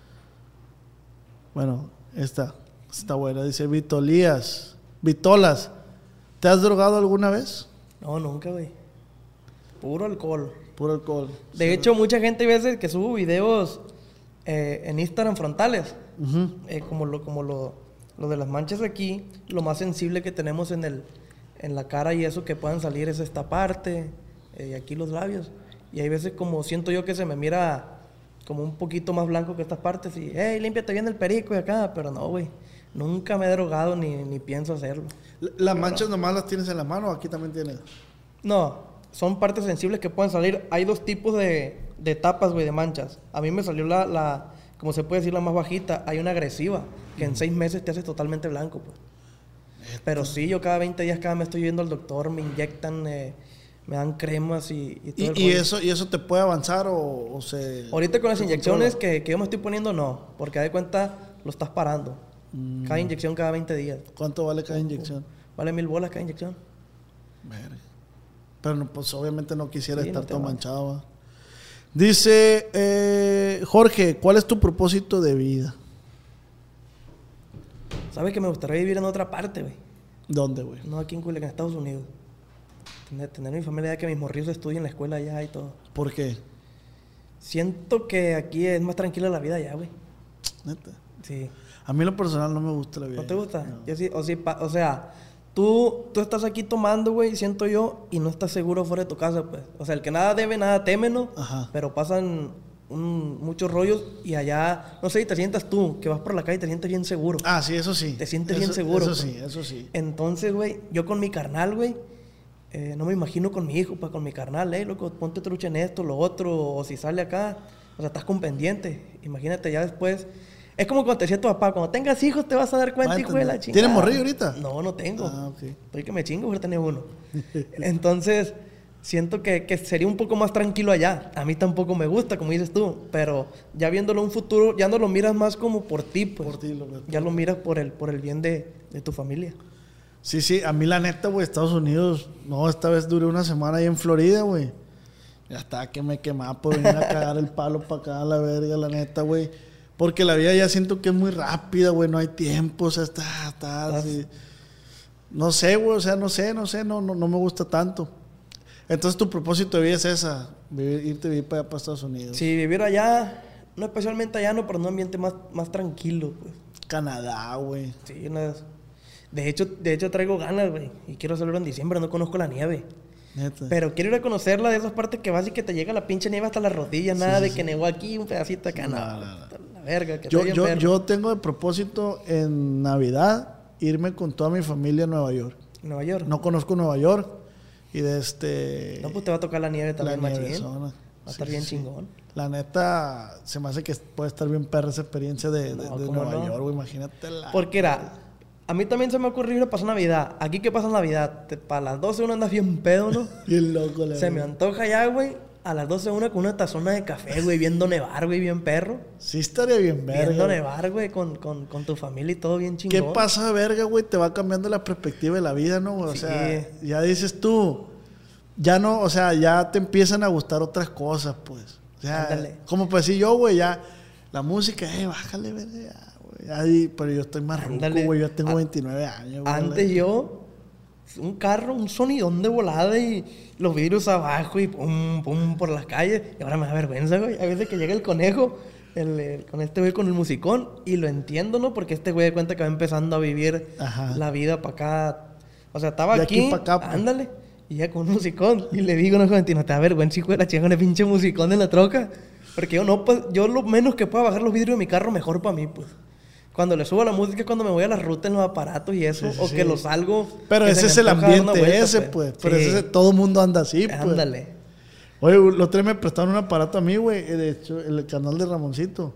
Bueno, esta está buena, dice Vitolas, ¿te has drogado alguna vez? No, nunca, güey. Puro alcohol. Puro alcohol. De hecho, mucha gente hay veces que subo videos en Instagram frontales. Ujú. Como lo de las manchas aquí, lo más sensible que tenemos en la cara y eso que puedan salir es esta parte, y aquí los labios. Y hay veces como siento yo que se me mira como un poquito más blanco que estas partes y, hey, límpiate bien el perico y acá, pero no, güey. Nunca me he drogado ni pienso hacerlo. ¿Las manchas nomás las tienes en la mano o aquí también tienes? No, son partes sensibles que pueden salir. Hay dos tipos de etapas, güey, de manchas. A mí me salió como se puede decir, la más bajita. Hay una agresiva, que en 6 meses te hace totalmente blanco, pues. Pero sí, yo cada 20 días, cada mes estoy yendo al doctor, me inyectan, me dan cremas y todo el rollo. ¿Y eso te puede avanzar o se...? Ahorita con las se inyecciones controla? que yo me estoy poniendo, no. Porque de cuenta, lo estás parando. Cada inyección cada 20 días. ¿Cuánto vale cada inyección? Vale 1,000 bolas cada inyección. Verga. Pero no, pues obviamente no quisiera Sí, estar no te todo va. manchado. ¿Va? Dice Jorge, ¿cuál es tu propósito de vida? ¿Sabes que me gustaría vivir en otra parte, güey? ¿Dónde, güey? No aquí en Culiacán, en Estados Unidos. Tener mi familia allá, que mis morrillos estudien en la escuela allá y todo. ¿Por qué? Siento que aquí es más tranquila la vida allá, güey. Neta. Sí. A mí en lo personal no me gusta la vida. ¿No te gusta? No. Yo sí, o sea, tú estás aquí tomando, güey, siento yo, y no estás seguro fuera de tu casa, pues. O sea, el que nada debe, nada teme, ¿no? Ajá. Pero pasan muchos rollos y allá, no sé, y te sientas tú, que vas por la calle y te sientes bien seguro. Ah, sí, eso sí. Te sientes Eso- bien seguro, Eso pues. sí, eso sí. Entonces, güey, yo con mi carnal, güey, no me imagino con mi hijo, pues con mi carnal, loco, ponte trucha en esto, lo otro, o si sale acá, o sea, estás con pendiente. Imagínate ya después. Es como cuando te decía tu papá, cuando tengas hijos te vas a dar cuenta, Ah, hijo de la entendí. chingada. ¿Tienes morrillo ahorita? No, no tengo. Ah, ok. Estoy que me chingo por tener uno. Entonces, siento que sería un poco más tranquilo allá. A mí tampoco me gusta, como dices tú, pero ya viéndolo en un futuro, ya no lo miras más como por ti, pues. Por ti, lo ves. Ya lo miras por el bien de tu familia. Sí, sí, a mí la neta, güey, Estados Unidos, no, esta vez duré una semana ahí en Florida, güey. Ya estaba que me quemaba por venir a cagar el palo para acá a la verga, la neta, güey. Porque la vida ya siento que es muy rápida, güey, no hay tiempo, o sea, está así. No sé, güey, o sea, no me gusta tanto. Entonces tu propósito de vida es esa, irte a vivir para allá, para Estados Unidos. Sí, vivir allá, no especialmente allá, no, pero en un ambiente más tranquilo, pues. Canadá, güey. Sí, de hecho traigo ganas, güey. Y quiero hacerlo en diciembre, no conozco la nieve. Neta. Pero quiero ir a conocerla de esas partes que vas y que te llega la pinche nieve hasta las rodillas, nada de que nevó aquí un pedacito acá, no. La verga, que estoy enfermo. Yo tengo de propósito en Navidad irme con toda mi familia a Nueva York. Nueva York. No conozco Nueva York y No, pues te va a tocar la nieve también, la machín. nievesona. Va a estar bien chingón. La neta, se me hace que puede estar bien perra esa experiencia de ¿cómo Nueva no? York, güey. Imagínate Porque era, a mí también se me ocurrió ir a pasar Navidad. Aquí, ¿qué pasa en Navidad? Para las 12 uno andas bien pedo, ¿no? Bien loco, la Se me verdad. antoja ya, güey. A las 12 una con una tazona de café, güey, viendo nevar, güey, bien perro. Sí estaría bien verga. Viendo güey. nevar, güey, con tu familia y todo bien ¿Qué chingón. pasa, verga, güey? Te va cambiando la perspectiva de la vida, ¿no? O Sí. sea, ya dices tú, ya no, o sea, ya te empiezan a gustar otras cosas, pues. O sea, Ándale. como pues si yo, güey, ya, la música, bájale, verga, ya, güey. Ahí, pero yo estoy más ruco, Ándale. güey, yo tengo 29 años, güey. Antes yo, un carro, un sonidón de volada y los vidrios abajo y pum, pum por las calles. Y ahora me da vergüenza, güey. A veces que llega el conejo, con este güey con el musicón, y lo entiendo, ¿no? Porque este güey de cuenta que va empezando a vivir Ajá. la vida para acá. O sea, estaba De aquí, aquí pa' acá, pues. ándale, y ya con un musicón. Y le digo, no, joven, no te da vergüenza, hijo de la chingada, con el pinche musicón en la troca. Porque yo no, pues, yo lo menos que pueda bajar los vidrios de mi carro, mejor para mí, pues. Cuando le subo la música es cuando me voy a la ruta en los aparatos y eso, Sí, o sí. que lo salgo. Pero que ese se es me el antoja dar una ambiente vuelta, ese, pues. Pero Sí. ese, todo mundo anda así, pues. Ándale. Oye, el otro día me prestaron un aparato a mí, güey. De hecho, el canal de Ramoncito.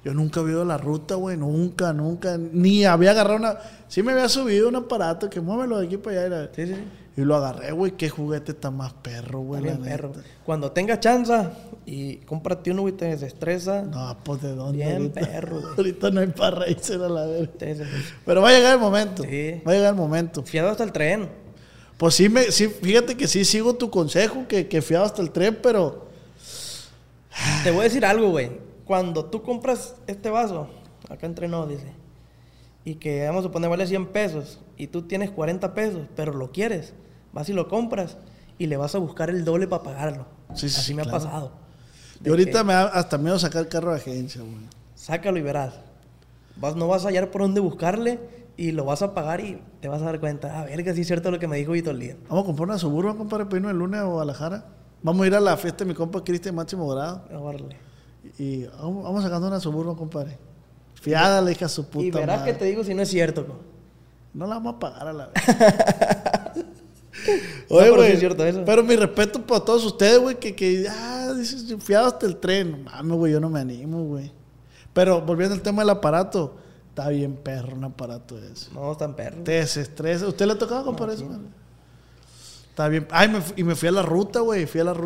Yo nunca había ido a la ruta, güey, nunca. Ni había agarrado una... Sí me había subido un aparato que muévelo de aquí para allá. Sí. Y lo agarré, güey, qué juguete tan más perro, güey. Bien la perro. neta. Cuando tengas chance y cómprate uno y te desestresa. No, pues de dónde. Bien ahorita? perro, güey. Ahorita no hay para raíces a la verga. Te desestresa. Pero va a llegar el momento. Sí. Va a llegar el momento. Fiado hasta el tren. Pues sí, fíjate que sí sigo tu consejo, que fiado hasta el tren, pero... Te voy a decir algo, güey. Cuando tú compras este vaso, acá entre nos, dice, y que vamos a suponer vale 100 pesos, y tú tienes 40 pesos, pero lo quieres, vas y lo compras, y le vas a buscar el doble para pagarlo. Sí, Así me claro. ha pasado. Yo ahorita me da hasta miedo sacar el carro de agencia, güey. Sácalo y verás. No vas a hallar por dónde buscarle, y lo vas a pagar y te vas a dar cuenta. Verga, sí es cierto lo que me dijo Vito el día. Vamos a comprar una Suburban, compadre, para irnos el lunes a Guadalajara. Vamos a ir a la fiesta de mi compa Cristian Máximo Grado. Y vamos sacando una Suburban, compadre. Fiada, le hija su puta Y verás madre. que te digo si no es cierto. No la vamos a pagar a la vez. No, Oye, pero güey. sí es cierto eso. Pero mi respeto para todos ustedes, güey, dices, fiado hasta el tren. No mames, güey, yo no me animo, güey. Pero volviendo al tema del aparato, está bien perro un aparato ese. No, están perros. Te desestresa. ¿Usted le ha tocado comprar eso, man? Está bien. Ay, me fui a la ruta, güey. Fui al...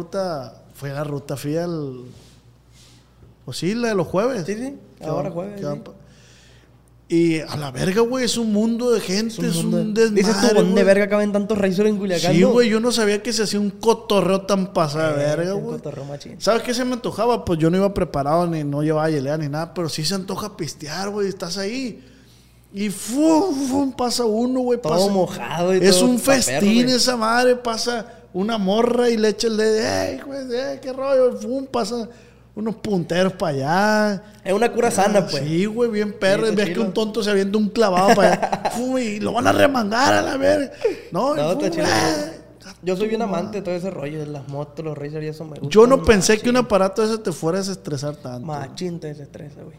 Pues sí, la de los jueves. Sí. Ahora jueves. Sí. Y a la verga, güey, es un mundo de gente, es un desmadre. Dices tú, ¿dónde güey. verga caben tantos racers en Culiacán? Sí, no? güey, yo no sabía que se hacía un cotorreo tan pasado de verga, Un güey. cotorreo machín. ¿Sabes qué se me antojaba? Pues yo no iba preparado, ni no llevaba hielera ni nada, pero sí se antoja pistear, güey, estás ahí. Y pasa uno, güey. Todo mojado y es todo un pa' festín perro, esa madre, pasa una morra y le echa el dedo, güey, qué rollo, pasa unos punteros para allá. Es una cura sana, pues. Sí, güey, bien perro. Sí, está Ves que chido. un tonto se avienta un clavado para allá. Y lo van a remangar a la verga. No, Está chido. güey. Yo soy bien amante de todo ese rollo, de las motos, los racers y eso me gusta. Yo no pensé que un aparato ese te fuera a desestresar tanto. Machín te desestresa, güey.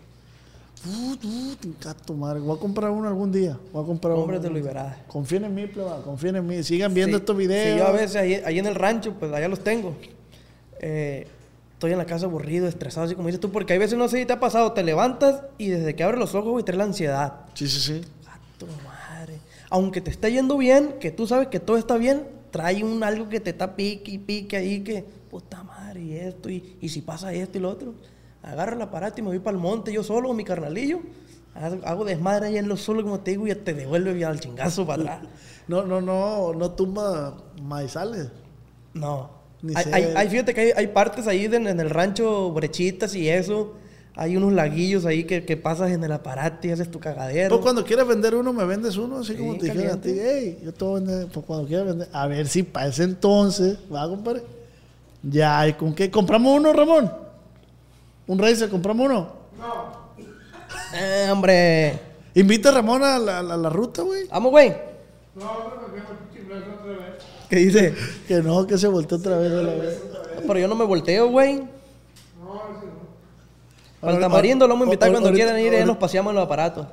Gato madre. Voy a comprar uno algún día. Cómpratelo y verás. Confíen en mí, pleba. Confíen en mí. Sigan viendo Sí, estos videos. Sí, yo a veces ahí en el rancho, pues allá los tengo. Estoy en la casa aburrido, estresado, así como dices tú, porque hay veces, no sé si te ha pasado, te levantas y desde que abres los ojos, güey, traes la ansiedad. Sí. Gato madre. Aunque te esté yendo bien, que tú sabes que todo está bien, trae algo que te está pique y pique ahí, que puta madre, y esto, y si pasa esto y lo otro. Agarro el aparato y me voy para el monte yo solo con mi carnalillo. Hago desmadre ahí en lo solo, como te digo, y ya te devuelve ya al chingazo para atrás. No tumba maizales. No. Ni Fíjate que hay partes ahí en el rancho, brechitas y eso. Hay unos laguillos ahí que pasas en el aparato y haces tu cagadero. Pues cuando quieras vender uno, me vendes uno, así Sí, como te dijera a ti. caliente. Hey, yo te voy a vender, pues cuando quieras vender. A ver si para ese entonces, ¿va, compadre? Ya, ¿y con qué? ¿Compramos uno, Ramón? ¿Un Racer? ¿Compramos uno? Hombre. Invita a Ramón a la ruta, güey. Vamos, güey. ¿Qué dice? Que no, que se volteó otra vez de la vez. Pero yo no me volteo, güey. Para el tamarindo lo vamos a invitar cuando Ahorita- quieran ir, ya nos paseamos en los aparatos.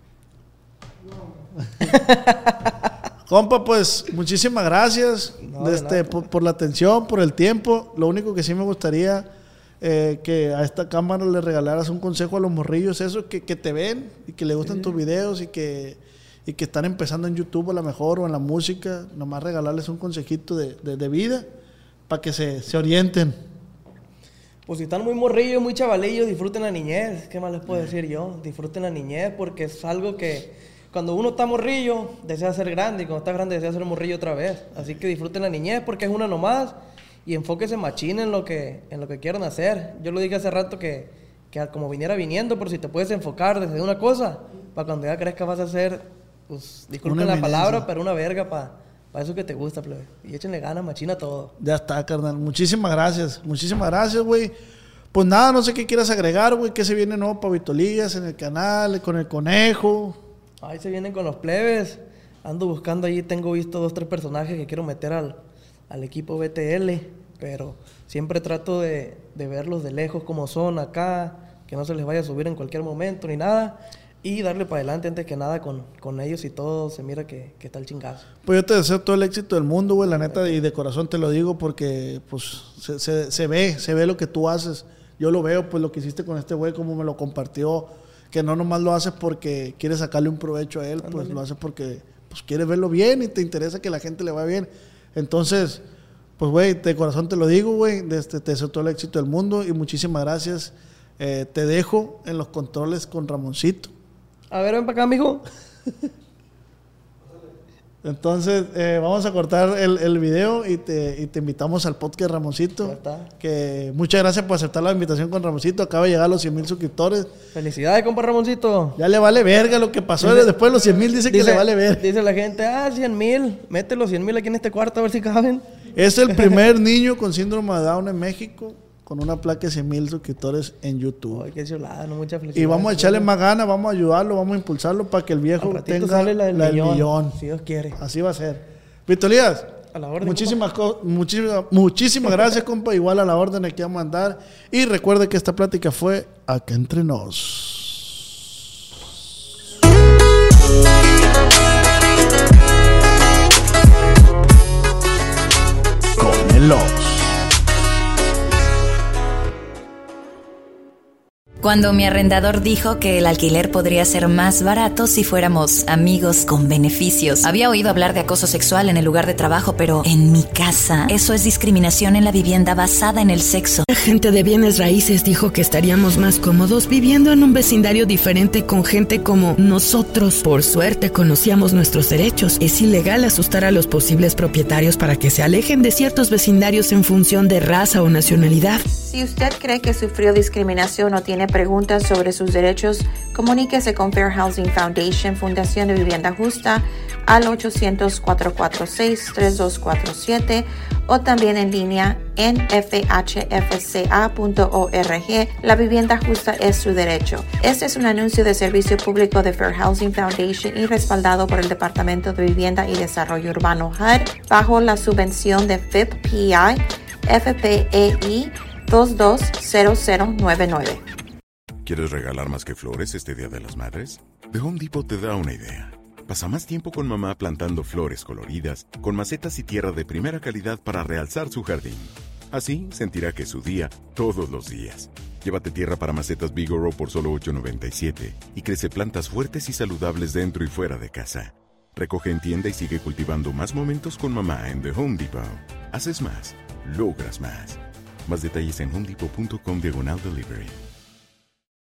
Compa, pues muchísimas gracias No, de nada. por la atención, por el tiempo. Lo único que sí me gustaría que a esta cámara le regalaras un consejo a los morrillos, eso que te ven y que le gustan tus videos y que están empezando en YouTube a lo mejor o en la música, nomás regalarles un consejito de vida para que se orienten. Pues si están muy morrillos, muy chavalillos, disfruten la niñez. ¿Qué más les puedo decir yo? Disfruten la niñez porque es algo que cuando uno está morrillo desea ser grande y cuando está grande desea ser morrillo otra vez. Así que disfruten la niñez porque es una nomás y enfóquese machín en lo que quieran hacer. Yo lo dije hace rato que como viniera viniendo, por si te puedes enfocar desde una cosa, para cuando ya crezcas vas a ser, pues disculpen Una la eminencia. palabra, pero una verga para eso que te gusta, plebe. Y échenle ganas, machina a todo. Ya está, carnal. Muchísimas gracias, güey. Pues nada, no sé qué quieras agregar, güey. ¿Qué se viene nuevo para Vitolías en el canal, con el conejo? Ahí se vienen con los plebes. Ando buscando ahí, tengo visto 2, 3 personajes que quiero meter al equipo BTL. Pero siempre trato de verlos de lejos como son acá, que no se les vaya a subir en cualquier momento ni nada. Y darle para adelante antes que nada con ellos y todo. Se mira que está el chingazo. Pues yo te deseo todo el éxito del mundo, güey, la neta, y de corazón te lo digo porque pues se ve lo que tú haces yo lo veo, pues lo que hiciste con este güey, como me lo compartió, que no nomás lo haces porque quieres sacarle un provecho a él, pues lo haces porque pues quieres verlo bien y te interesa que la gente le vaya bien. Entonces, pues güey, de corazón te lo digo, güey, te deseo todo el éxito del mundo y muchísimas gracias. Te dejo en los controles con Ramoncito. A ver, ven para acá, mijo. Entonces, vamos a cortar el video y te invitamos al podcast, Ramoncito. Ya está. Que muchas gracias por aceptar la invitación con Ramoncito. Acaba de llegar a los 100,000 suscriptores. Felicidades, compa Ramoncito. Ya le vale verga lo que pasó. Después de los 100,000 dice que le vale verga. Dice la gente, 100,000. Mete los 100,000 aquí en este cuarto a ver si caben. Es el primer niño con síndrome de Down en México con una placa de 100,000 suscriptores en YouTube. Ay, qué chulada, no, mucha felicidad. Y vamos a echarle más ganas, vamos a ayudarlo, vamos a impulsarlo para que el viejo tenga sale la del millón. Si Dios quiere. Así va a ser. Víctor Elías, a la orden, muchísimas gracias, compa. Igual a la orden aquí vamos a andar. Y recuerde que esta plática fue Acá Entre Nos. Con el Ox. Cuando mi arrendador dijo que el alquiler podría ser más barato si fuéramos amigos con beneficios. Había oído hablar de acoso sexual en el lugar de trabajo, pero en mi casa, eso es discriminación en la vivienda basada en el sexo. La gente de bienes raíces dijo que estaríamos más cómodos viviendo en un vecindario diferente con gente como nosotros. Por suerte conocíamos nuestros derechos. Es ilegal asustar a los posibles propietarios para que se alejen de ciertos vecindarios en función de raza o nacionalidad. Si usted cree que sufrió discriminación o tiene preguntas sobre sus derechos, comuníquese con Fair Housing Foundation, Fundación de Vivienda Justa, al 800-446-3247 o también en línea en fhfca.org. La vivienda justa es su derecho. Este es un anuncio de servicio público de Fair Housing Foundation y respaldado por el Departamento de Vivienda y Desarrollo Urbano HUD bajo la subvención de FIP-PI, FPEI 220099. ¿Quieres regalar más que flores este Día de las Madres? The Home Depot te da una idea. Pasa más tiempo con mamá plantando flores coloridas, con macetas y tierra de primera calidad para realzar su jardín. Así sentirá que es su día todos los días. Llévate tierra para macetas Bigoro por solo $8.97 y crece plantas fuertes y saludables dentro y fuera de casa. Recoge en tienda y sigue cultivando más momentos con mamá en The Home Depot. Haces más, logras más. Más detalles en homedepot.com/delivery.